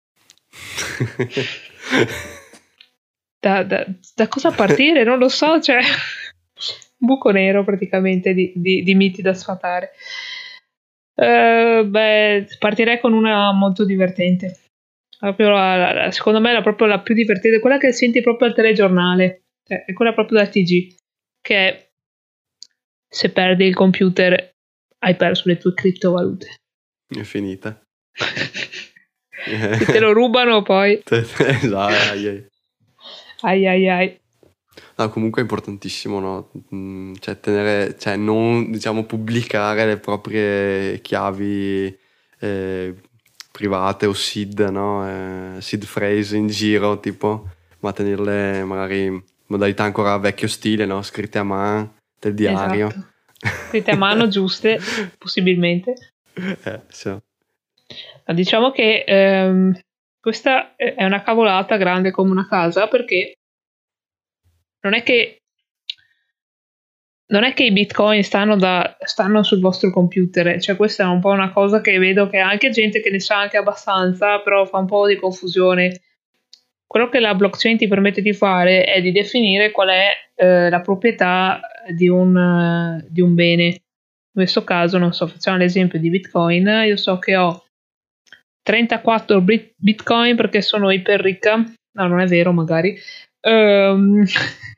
Da, da- da cosa partire? Non lo so, cioè un buco nero praticamente di, di- di miti da sfatare. Eh, beh, partirei con una molto divertente. Proprio la- la- la- secondo me è la- proprio la più divertente, quella che senti proprio al telegiornale, cioè, è quella proprio da T G, che è, se perdi il computer hai perso le tue criptovalute. È finita. Se te lo rubano poi, Esatto, ai, ai. ai ai ai. No, comunque è importantissimo, no? Mm, cioè tenere, cioè non, diciamo, pubblicare le proprie chiavi eh, private o seed, no? Eh, seed phrase in giro, tipo, ma tenerle magari in modalità ancora vecchio stile, no? Scritte a mano, del diario. Esatto. Scritte a mano giuste, possibilmente. Eh, sì. Ma diciamo che ehm, questa è una cavolata grande come una casa, perché non è che non è che i bitcoin stanno, da, stanno sul vostro computer, cioè questa è un po' una cosa che vedo che anche gente che ne sa anche abbastanza, però fa un po' di confusione. Quello che la blockchain ti permette di fare è di definire qual è eh, la proprietà di un, eh, di un bene. In questo caso, non so, facciamo l'esempio di bitcoin, io so che ho trentaquattro bit- bitcoin perché sono iper ricca, no non è vero magari, Ehm,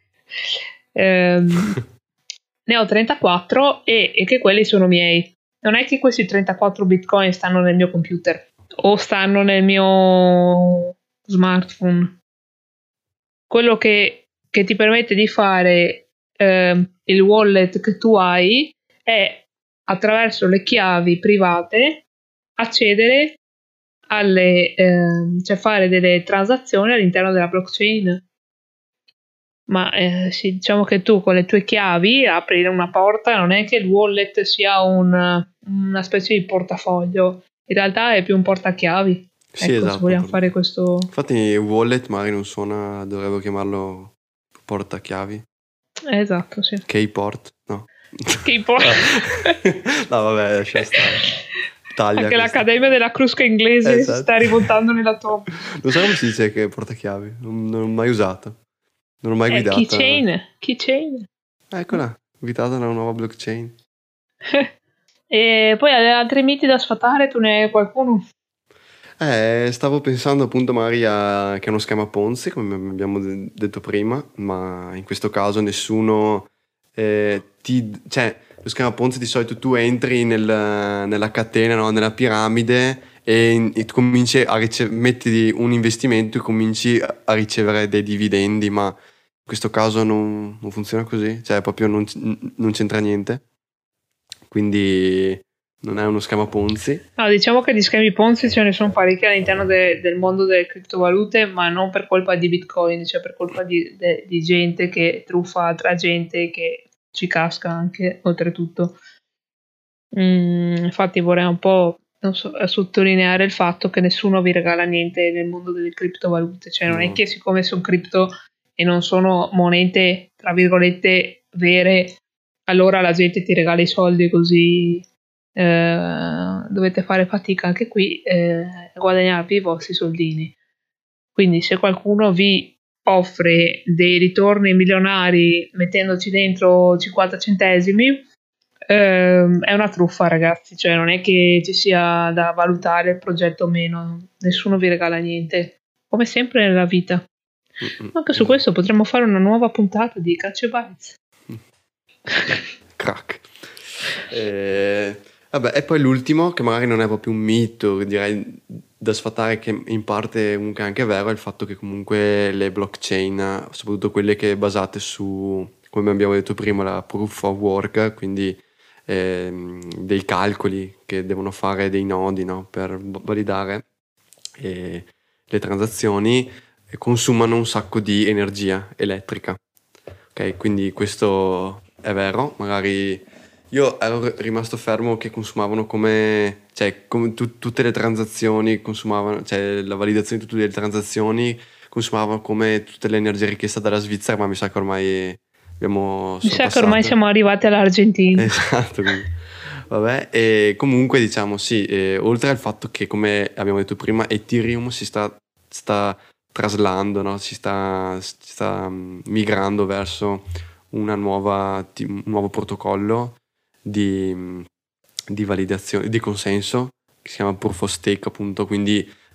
ehm, ne ho trentaquattro e, e che quelli sono miei. Non è che questi trentaquattro bitcoin stanno nel mio computer o stanno nel mio smartphone. Quello che, che ti permette di fare ehm, il wallet che tu hai è attraverso le chiavi private accedere alle, ehm, cioè fare delle transazioni all'interno della blockchain. Ma eh, sì, diciamo che tu con le tue chiavi apri una porta, non è che il wallet sia un, una specie di portafoglio, in realtà è più un portachiavi. Sì, Ecco, se esatto. vogliamo fare questo. Infatti wallet magari non suona, dovrebbero chiamarlo portachiavi. Eh, esatto, sì. Keyport, no. Che por- No, vabbè, lascia stare. Taglia Anche questa. l'Accademia della Crusca inglese si Esatto. sta rivoltando nella tomba. Non so come si dice che portachiavi, non, non l'ho mai usato, non l'ho mai Eh, guidata. keychain, keychain. Eccola, guidata da una nuova blockchain. E poi altri miti da sfatare, tu ne hai qualcuno? Eh, stavo pensando appunto magari a, che è uno schema Ponzi, come abbiamo de- detto prima, ma in questo caso nessuno eh, ti... cioè, lo schema Ponzi di solito tu entri nel- nella catena, no? Nella piramide e, in- e tu cominci a ricevere, metti un investimento e cominci a a ricevere dei dividendi, ma in questo caso non, non funziona così, cioè proprio non, non c'entra niente, quindi non è uno schema Ponzi. No, diciamo che di schemi Ponzi ce ne sono parecchi all'interno de- del mondo delle criptovalute, ma non per colpa di Bitcoin, cioè per colpa di, de- di gente che truffa altra gente che ci casca anche, oltretutto. Mm, infatti vorrei un po' non so, sottolineare il fatto che nessuno vi regala niente nel mondo delle criptovalute, cioè non è No. che siccome sono cripto e non sono monete, tra virgolette, vere, allora la gente ti regala i soldi così eh, dovete fare fatica anche qui eh, a guadagnarvi i vostri soldini. Quindi se qualcuno vi offre dei ritorni milionari mettendoci dentro cinquanta centesimi, ehm, è una truffa, ragazzi, cioè non è che ci sia da valutare il progetto o meno, nessuno vi regala niente, come sempre nella vita. Mm-mm, Anche su esatto. questo potremmo fare una nuova puntata di Catch a Bites. Crack. Eh, vabbè, e poi l'ultimo, che magari non è proprio un mito, direi da sfatare, che in parte comunque è anche vero, è il fatto che comunque le blockchain, soprattutto quelle che basate su, come abbiamo detto prima, la proof of work, quindi ehm, dei calcoli che devono fare dei nodi, no, per validare eh, le transazioni, eh, consumano un sacco di energia elettrica. Ok, quindi questo è vero, magari io ero rimasto fermo che consumavano come, cioè, come tu- tutte le transazioni consumavano, cioè la validazione di tutte le transazioni consumavano come tutte le energie richieste dalla Svizzera, ma mi sa che ormai abbiamo Mi sa che ormai sorpassato. siamo arrivati all'Argentina. Esatto, quindi, vabbè, e comunque diciamo sì, eh, oltre al fatto che come abbiamo detto prima Ethereum si sta, sta traslando, no? Si sta, si sta mm, migrando verso una nuova, ti- un nuovo protocollo di, mm, di validazione, di consenso, che si chiama Proof of Stake appunto, quindi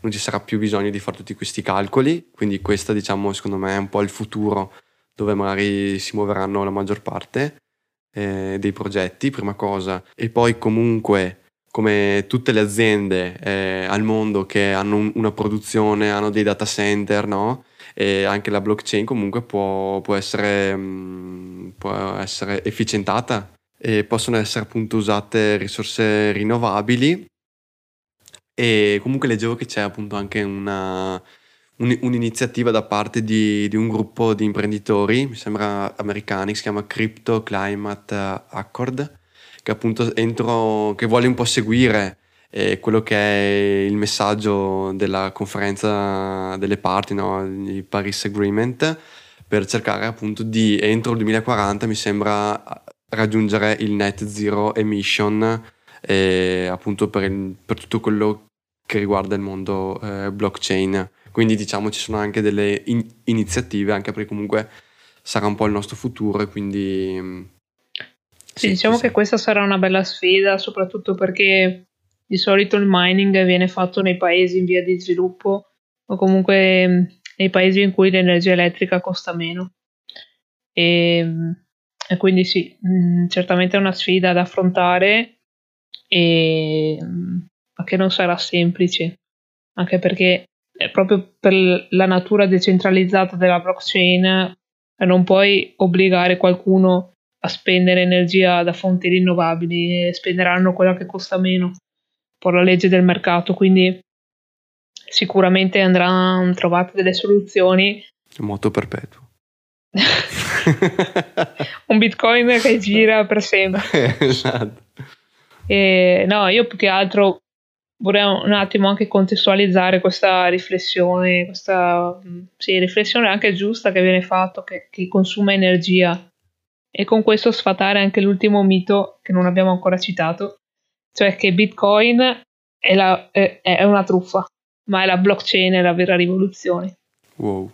non ci sarà più bisogno di fare tutti questi calcoli, quindi questo diciamo secondo me è un po' il futuro dove magari si muoveranno la maggior parte eh, dei progetti, prima cosa, e poi comunque come tutte le aziende eh, al mondo che hanno un- una produzione, hanno dei data center, no? E anche la blockchain comunque può, può essere, mh, può essere efficientata e possono essere appunto usate risorse rinnovabili e comunque leggevo che c'è appunto anche una, un- un'iniziativa da parte di, di un gruppo di imprenditori, mi sembra americani, che si chiama Crypto Climate Accord, che appunto entro, che vuole un po' seguire eh, quello che è il messaggio della conferenza delle parti, no? Il Paris Agreement, per cercare appunto di, entro il duemilaquaranta mi sembra, raggiungere il net zero emission eh, appunto per, il- per tutto quello che riguarda il mondo eh, blockchain. Quindi diciamo ci sono anche delle in- iniziative, anche perché comunque sarà un po' il nostro futuro e quindi mm, Sì, sì, sì, diciamo sì. che questa sarà una bella sfida, soprattutto perché di solito il mining viene fatto nei paesi in via di sviluppo o comunque mh, nei paesi in cui l'energia elettrica costa meno. E, mh, e quindi sì, mh, certamente è una sfida da affrontare, e, mh, ma che non sarà semplice, anche perché è proprio per la natura decentralizzata della blockchain eh, non puoi obbligare qualcuno a spendere energia da fonti rinnovabili, e spenderanno quella che costa meno per la legge del mercato, quindi sicuramente andranno trovate delle soluzioni. Moto perpetuo. Un bitcoin che gira per sempre. Esatto. E, no, io più che altro vorrei un attimo anche contestualizzare questa riflessione, questa mh, sì, riflessione anche giusta che viene fatto, che, che consuma energia, e con questo sfatare anche l'ultimo mito che non abbiamo ancora citato, cioè che Bitcoin è, la- è- è una truffa, ma è la blockchain, è la vera rivoluzione. Wow.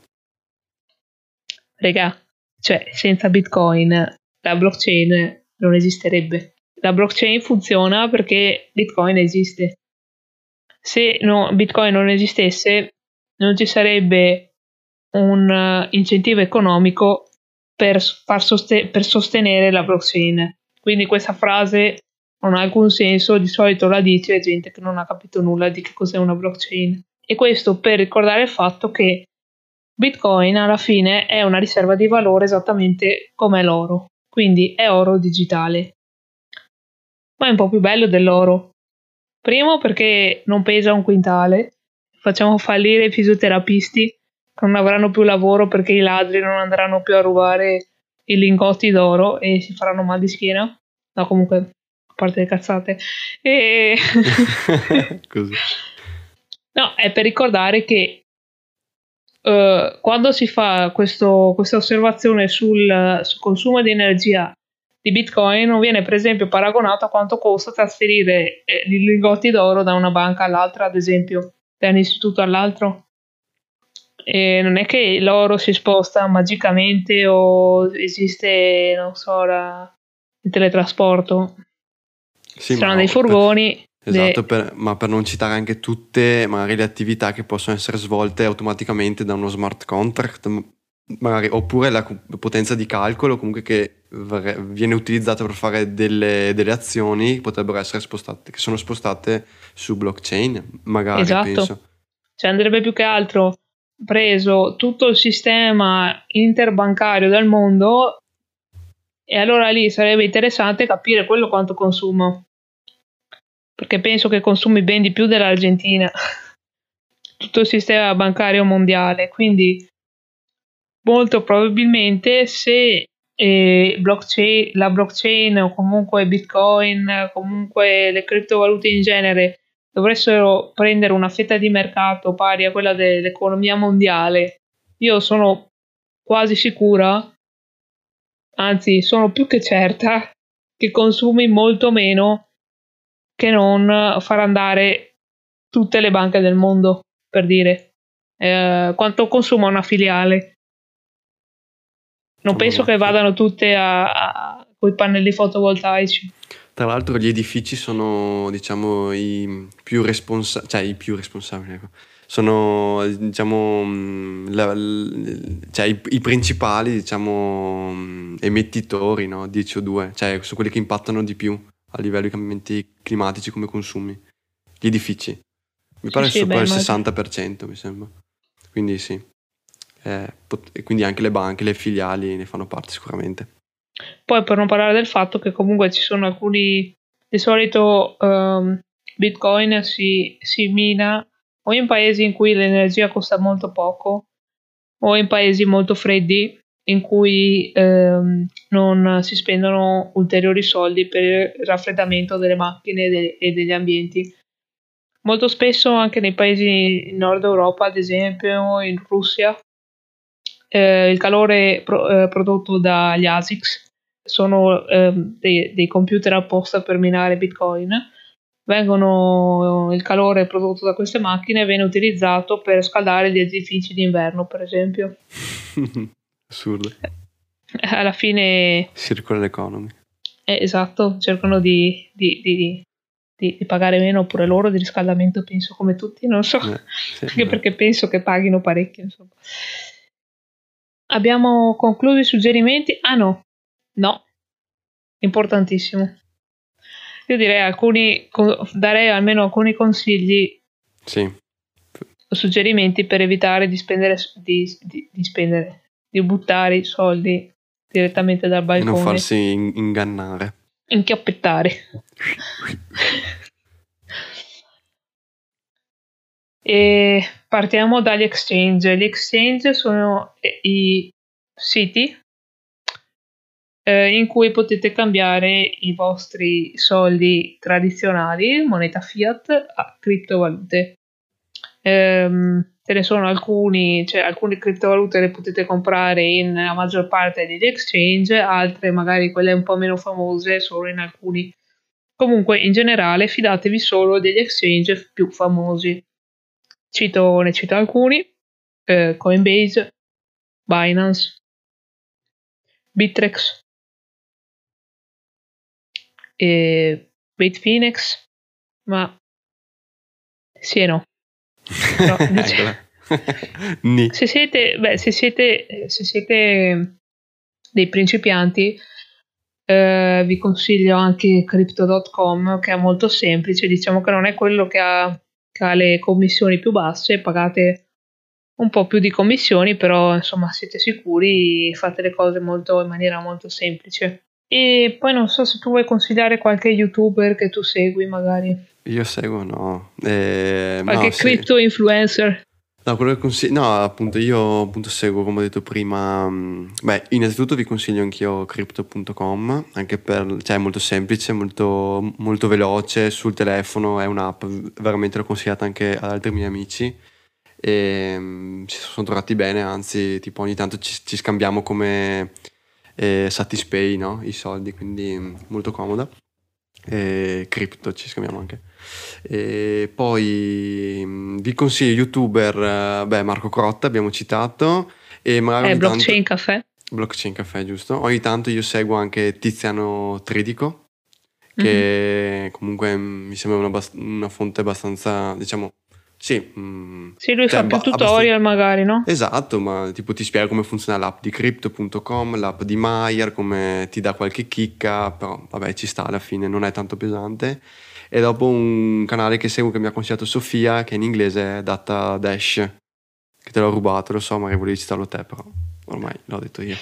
Regà, cioè senza Bitcoin la blockchain non esisterebbe. La blockchain funziona perché Bitcoin esiste. Se no, Bitcoin non esistesse, non ci sarebbe un eh, incentivo economico per, far soste- per sostenere la blockchain. Quindi questa frase non ha alcun senso, di solito la dice gente che non ha capito nulla di che cos'è una blockchain. E questo per ricordare il fatto che Bitcoin alla fine è una riserva di valore esattamente come l'oro, quindi è oro digitale. Ma è un po' più bello dell'oro. Primo perché non pesa un quintale, facciamo fallire i fisioterapisti che non avranno più lavoro perché i ladri non andranno più a rubare i lingotti d'oro e si faranno mal di schiena. No, comunque, a parte le cazzate. E... Così. No, è per ricordare che eh, quando si fa questo- questa osservazione sul, sul consumo di energia di Bitcoin non viene per esempio paragonato a quanto costa trasferire eh, i lingotti d'oro da una banca all'altra, ad esempio, da un istituto all'altro. E non è che l'oro si sposta magicamente o esiste, non so, la- il teletrasporto. Sì, Ci saranno ma dei per- furgoni. esatto, de- per- ma per non citare anche tutte magari le attività che possono essere svolte automaticamente da uno smart contract, m- magari, oppure la co- potenza di calcolo comunque che vre- viene utilizzata per fare delle, delle azioni potrebbero essere spostate, che sono spostate su blockchain, magari Esatto. penso. Cioè andrebbe più che altro preso tutto il sistema interbancario del mondo, e allora lì sarebbe interessante capire quello quanto consuma, perché penso che consumi ben di più dell'Argentina, tutto il sistema bancario mondiale. Quindi molto probabilmente se eh, blockchain, la blockchain o comunque Bitcoin, comunque le criptovalute in genere dovessero prendere una fetta di mercato pari a quella dell'economia mondiale, io sono quasi sicura, anzi sono più che certa, che consumi molto meno che non far andare tutte le banche del mondo, per dire. Eh, quanto consuma una filiale? Non Mamma penso che mia. vadano tutte a, a coi pannelli fotovoltaici. Tra l'altro gli edifici sono, diciamo, i più responsabili, cioè i più responsabili, ecco. sono diciamo mh, la- l- cioè, i, i principali diciamo mh, emettitori, no, di C O due, cioè sono quelli che impattano di più a livello di cambiamenti climatici come consumi, gli edifici. Mi Sì, pare sì, sopra beh, il immagino. sessanta per cento, mi sembra. Quindi sì. Eh, pot- e quindi anche le banche, le filiali ne fanno parte sicuramente. Poi per non parlare del fatto che comunque ci sono alcuni, di solito ehm, Bitcoin si, si mina o in paesi in cui l'energia costa molto poco o in paesi molto freddi in cui ehm, non si spendono ulteriori soldi per il raffreddamento delle macchine e de- e degli ambienti. Molto spesso anche nei paesi in Nord Europa, ad esempio in Russia, eh, il calore pro- eh, prodotto dagli A S I Cs sono ehm, dei, dei computer apposta per minare Bitcoin. Vengono, il calore prodotto da queste macchine viene utilizzato per scaldare gli edifici d'inverno, per esempio. Assurdo. Eh, Alla fine, Circular economy. eh, esatto, cercano di, di- di- di- di pagare meno pure loro di riscaldamento, penso come tutti, non so, Eh, sì, anche perché esatto. penso che paghino parecchio, insomma. Abbiamo concluso i suggerimenti? Ah no, no, importantissimo. Io direi alcuni, co- darei almeno alcuni consigli Sì. o suggerimenti per evitare di spendere, di, di- di spendere, di buttare i soldi direttamente dal E non balcone, farsi in- ingannare. inchiappettare. E partiamo dagli exchange. Gli exchange sono eh, i siti eh, in cui potete cambiare i vostri soldi tradizionali, moneta fiat, a criptovalute. Ehm, ce ne sono alcuni, cioè alcune criptovalute le potete comprare in la maggior parte degli exchange, altre magari quelle un po' meno famose solo in alcuni. Comunque, in generale, fidatevi solo degli exchange più famosi. Cito, ne cito alcuni: eh, Coinbase, Binance, Bittrex, e Bitfinex, ma sì e no. Però, dice, Eccola. Ni. se siete, beh, se siete, se siete dei principianti, eh, vi consiglio anche crypto punto com, che è molto semplice. Diciamo che non è quello che ha, che ha le commissioni più basse, pagate un po' più di commissioni, però insomma siete sicuri, fate le cose molto, in maniera molto semplice. E poi non so se tu vuoi consigliare qualche youtuber che tu segui, magari Io seguo, no. Eh, no, qualche sì. crypto influencer. No, quello che consiglio, no, appunto, io appunto seguo, come ho detto prima, mh, beh, innanzitutto vi consiglio anch'io crypto punto com, anche per, cioè è molto semplice, molto, molto veloce, sul telefono, è un'app, veramente l'ho consigliata anche ad altri miei amici e mh, ci sono trovati bene, anzi, tipo ogni tanto ci, ci scambiamo come eh, Satispay, no? I soldi, quindi mh, molto comoda. E cripto ci scambiamo anche. E poi mh, vi consiglio youtuber, eh, beh, Marco Crotta abbiamo citato, e magari Eh, ogni tanto blockchain caffè. Blockchain Caffè, giusto? Ogni tanto io seguo anche Tiziano Tridico, Mhm. che comunque mh, mi sembra una, bas- una fonte abbastanza, diciamo, sì, mh, Sì, lui cioè fa più ba- abbastanza. tutorial magari, no? Esatto, ma tipo ti spiega come funziona l'app di crypto punto com, l'app di Maier, come ti dà qualche chicca, però vabbè ci sta alla fine, non è tanto pesante. E dopo un canale che seguo che mi ha consigliato Sofia, che in inglese è Data Dash, che te l'ho rubato, lo so, magari volevi citarlo te, però ormai l'ho detto io.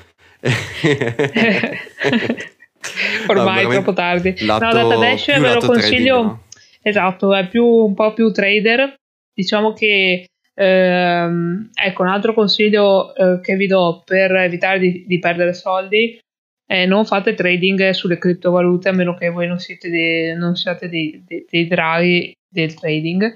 No, Ormai è troppo veramente tardi. No, lato, Datadash più ve lo lato trading, consiglio, no? esatto, è più, un po' più trader. Diciamo che, ehm, ecco, un altro consiglio eh, che vi do per evitare di, di perdere soldi è non fate trading sulle criptovalute a meno che voi non siete dei, non siate dei, dei, dei draghi del trading,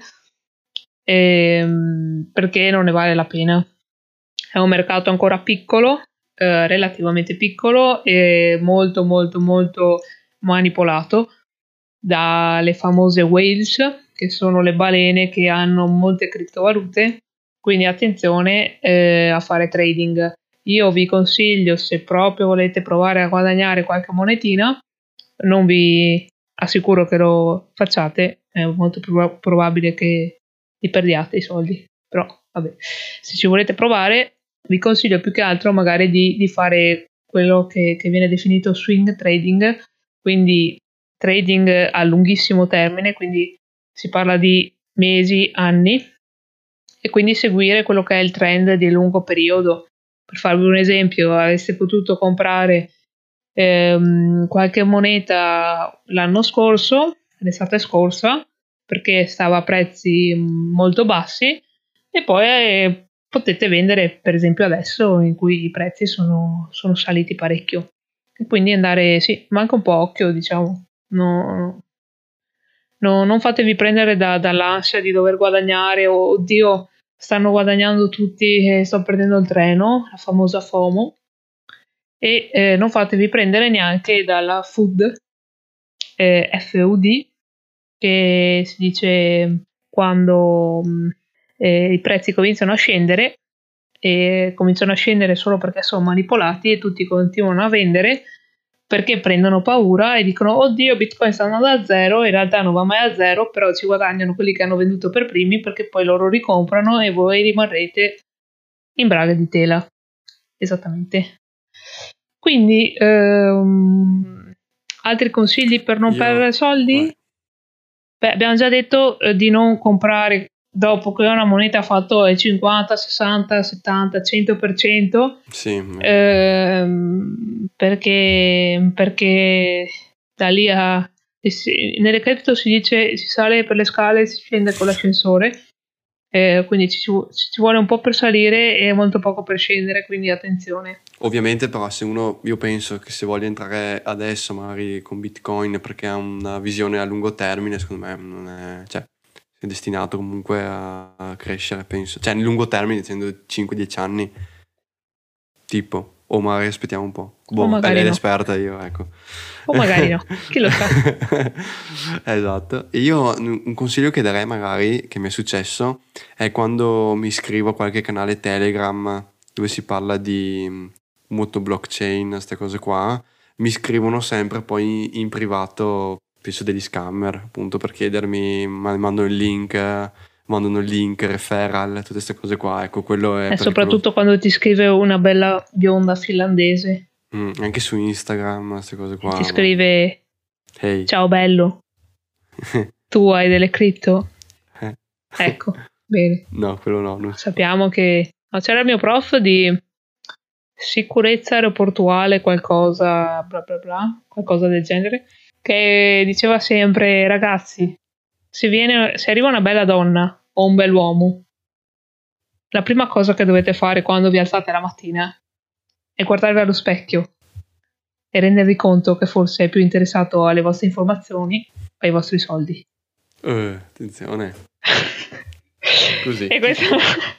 ehm, perché non ne vale la pena. È un mercato ancora piccolo, eh, relativamente piccolo e molto molto molto manipolato dalle famose whales, che sono le balene che hanno molte criptovalute, quindi attenzione eh, a fare trading. Io vi consiglio, se proprio volete provare a guadagnare qualche monetina, non vi assicuro che lo facciate, è molto più probabile che li perdiate i soldi. Però vabbè, se ci volete provare vi consiglio più che altro magari di, di fare quello che, che viene definito swing trading, quindi trading a lunghissimo termine, quindi si parla di mesi, anni, e quindi seguire quello che è il trend di lungo periodo. Per farvi un esempio, avreste potuto comprare ehm, qualche moneta l'anno scorso, l'estate scorsa, perché stava a prezzi molto bassi, e poi eh, potete vendere per esempio adesso in cui i prezzi sono, sono saliti parecchio. E quindi andare, sì, manca un po' occhio, diciamo. No, no, non fatevi prendere da, dall'ansia di dover guadagnare o oddio, stanno guadagnando tutti e sto perdendo il treno, la famosa FOMO. E eh, non fatevi prendere neanche dalla F U D, eh, F U D, che si dice quando mh, eh, i prezzi cominciano a scendere, e cominciano a scendere solo perché sono manipolati e tutti continuano a vendere perché prendono paura e dicono oddio Bitcoin sta andando a zero, in realtà non va mai a zero, però ci guadagnano quelli che hanno venduto per primi perché poi loro ricomprano e voi rimarrete in braghe di tela. Esattamente. Quindi ehm, altri consigli per non Io... perdere soldi? Vai. Beh, abbiamo già detto eh, di non comprare dopo che una moneta ha fatto il cinquanta, sessanta, settanta, cento per cento, Sì. ehm, perché, perché da lì a... Nelle cripto si dice si sale per le scale e si scende con l'ascensore, eh, quindi ci, ci vuole un po' per salire e molto poco per scendere, quindi attenzione. Ovviamente però se uno, io penso che se voglia entrare adesso magari con Bitcoin perché ha una visione a lungo termine, secondo me non è, cioè, è destinato comunque a, a crescere, penso. Cioè nel lungo termine, dicendo cinque dieci anni, tipo, o magari aspettiamo un po'. Boh, O magari è no. l'esperta io, ecco. O magari no, chi lo sa. Esatto. E io un consiglio che darei magari, che mi è successo, è quando mi iscrivo a qualche canale Telegram dove si parla di moto blockchain, queste cose qua, mi scrivono sempre poi in privato, penso degli scammer, appunto per chiedermi, ma mandano il link, mandano il link, referral, tutte queste cose qua, ecco, quello è E soprattutto quando ti scrive una bella bionda finlandese. Mm, anche su Instagram, queste cose qua. E ti scrive hey. Ciao bello, tu hai delle cripto? Eh. Ecco, bene. No, quello no. Non... Sappiamo che... No, c'era il mio prof di sicurezza aeroportuale, qualcosa, bla bla bla, qualcosa del genere, che diceva sempre, ragazzi, se, viene, se arriva una bella donna o un bell'uomo, la prima cosa che dovete fare quando vi alzate la mattina è guardarvi allo specchio e rendervi conto che forse è più interessato alle vostre informazioni o ai vostri soldi. Uh, attenzione. Così. E questo,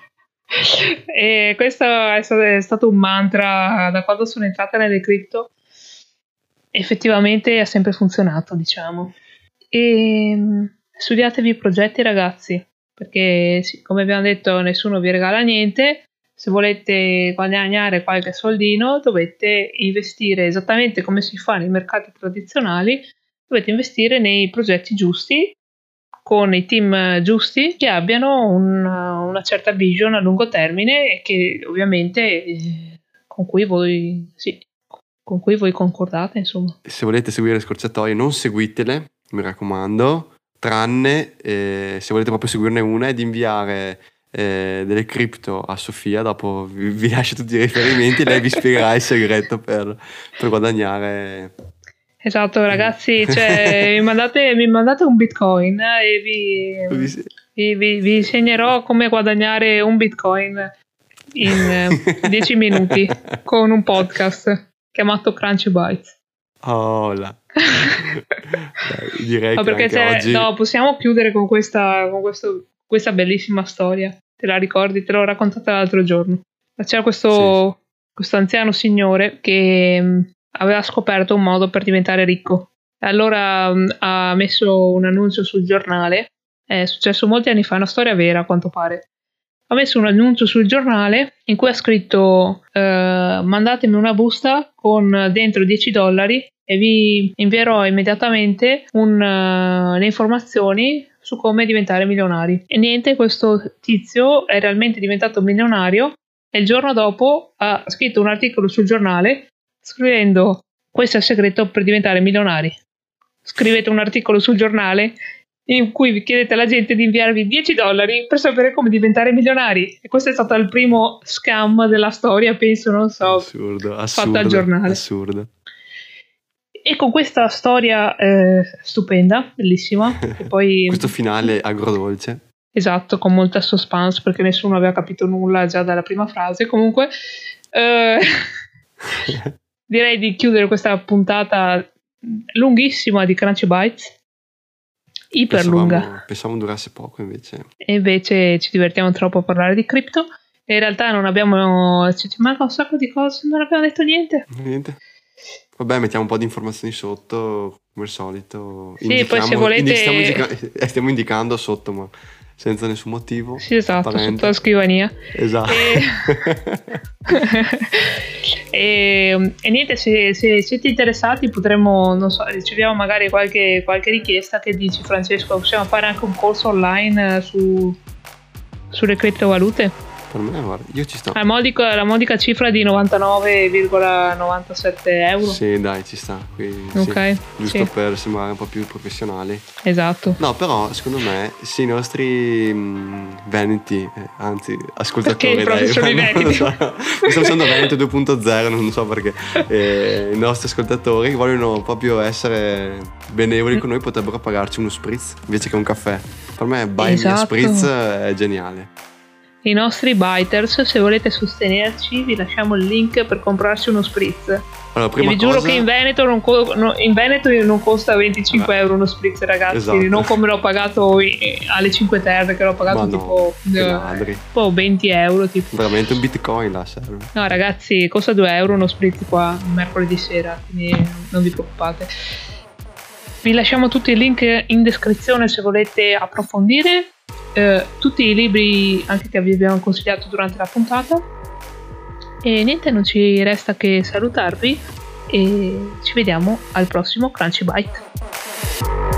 e questo è, stato, è stato un mantra da quando sono entrata nelle cripto. Effettivamente ha sempre funzionato, diciamo. E studiatevi i progetti, ragazzi, perché sì, come abbiamo detto nessuno vi regala niente. Se volete guadagnare qualche soldino dovete investire esattamente come si fa nei mercati tradizionali, dovete investire nei progetti giusti con i team giusti che abbiano un, una certa vision a lungo termine e che ovviamente eh, con cui voi sì, con cui voi concordate, insomma. Se volete seguire le scorciatoie non seguitele, mi raccomando, tranne eh, se volete proprio seguirne una ed inviare eh, delle cripto a Sofia, dopo vi, vi lascio tutti i riferimenti e lei vi spiegherà il segreto per, per guadagnare. Esatto, ragazzi, cioè, mi, mandate, mi mandate un bitcoin e vi, vi, vi, vi insegnerò come guadagnare un bitcoin in dieci minuti con un podcast chiamato Crunchy Bytes. Oh là. Dai, direi no, che perché anche oggi... no, possiamo chiudere con questa, con questo, questa bellissima storia. Te la ricordi? Te l'ho raccontata l'altro giorno. C'era questo, sì. questo anziano signore che aveva scoperto un modo per diventare ricco. Allora um, ha messo un annuncio sul giornale. È successo molti anni fa, è una storia vera a quanto pare. Ha messo un annuncio sul giornale in cui ha scritto eh, mandatemi una busta con dentro dieci dollari e vi invierò immediatamente un, uh, le informazioni su come diventare milionari. E niente, questo tizio è realmente diventato milionario e il giorno dopo ha scritto un articolo sul giornale scrivendo: questo è il segreto per diventare milionari. Scrivete un articolo sul giornale in cui vi chiedete alla gente di inviarvi dieci dollari per sapere come diventare milionari. E questo è stato il primo scam della storia, penso, non so, assurdo, assurdo, fatto al giornale. Assurdo. E con questa storia eh, stupenda, bellissima, e poi questo finale agrodolce. Esatto, con molta suspense perché nessuno aveva capito nulla già dalla prima frase. Comunque eh, direi di chiudere questa puntata lunghissima di Crunchy Bites, iper pensavamo, lunga. Pensavamo durasse poco invece. E invece ci divertiamo troppo a parlare di cripto e in realtà non abbiamo, ci manca un sacco di cose, non abbiamo detto niente. Niente. Vabbè, mettiamo un po' di informazioni sotto, come al solito. Sì, indichiamo, poi se volete... Indi- stiamo, indica- stiamo indicando sotto, ma senza nessun motivo. Sì, esatto, apparente. Sotto la scrivania. Esatto. E, e, e niente, se, se siete interessati potremmo, non so, riceviamo magari qualche, qualche richiesta. Che dici, Francesco? Possiamo fare anche un corso online su, sulle criptovalute? Per me, guarda, io ci sto. La modica, la modica cifra di novantanove virgola novantasette euro. Sì, dai, ci sta. Qui, ok. Sì, giusto sì. per sembrare un po' più professionali. Esatto. No, però, secondo me, se i nostri mh, Veneti, eh, anzi, ascoltatori, perché i professori dai, Veneti? So, stiamo facendo Veneto due punto zero, non so perché. Eh, I nostri ascoltatori vogliono proprio essere benevoli con noi, potrebbero pagarci uno spritz invece che un caffè. Per me, buy esatto. me a spritz è geniale. I nostri biters, se volete sostenerci, vi lasciamo il link per comprarci uno spritz. Allora, prima e vi giuro cosa... che in Veneto non, co- no, in Veneto non costa venticinque euro uno spritz, ragazzi. Esatto. Non come l'ho pagato alle Cinque Terre, che l'ho pagato Ma no, tipo, eh, tipo venti euro. Tipo. Veramente un bitcoin là serve. No, ragazzi, costa due euro uno spritz qua mercoledì sera, quindi non vi preoccupate. Vi lasciamo tutti i link in descrizione se volete approfondire. Uh, tutti i libri anche che vi abbiamo consigliato durante la puntata e niente, non ci resta che salutarvi e ci vediamo al prossimo Crunchy Bite.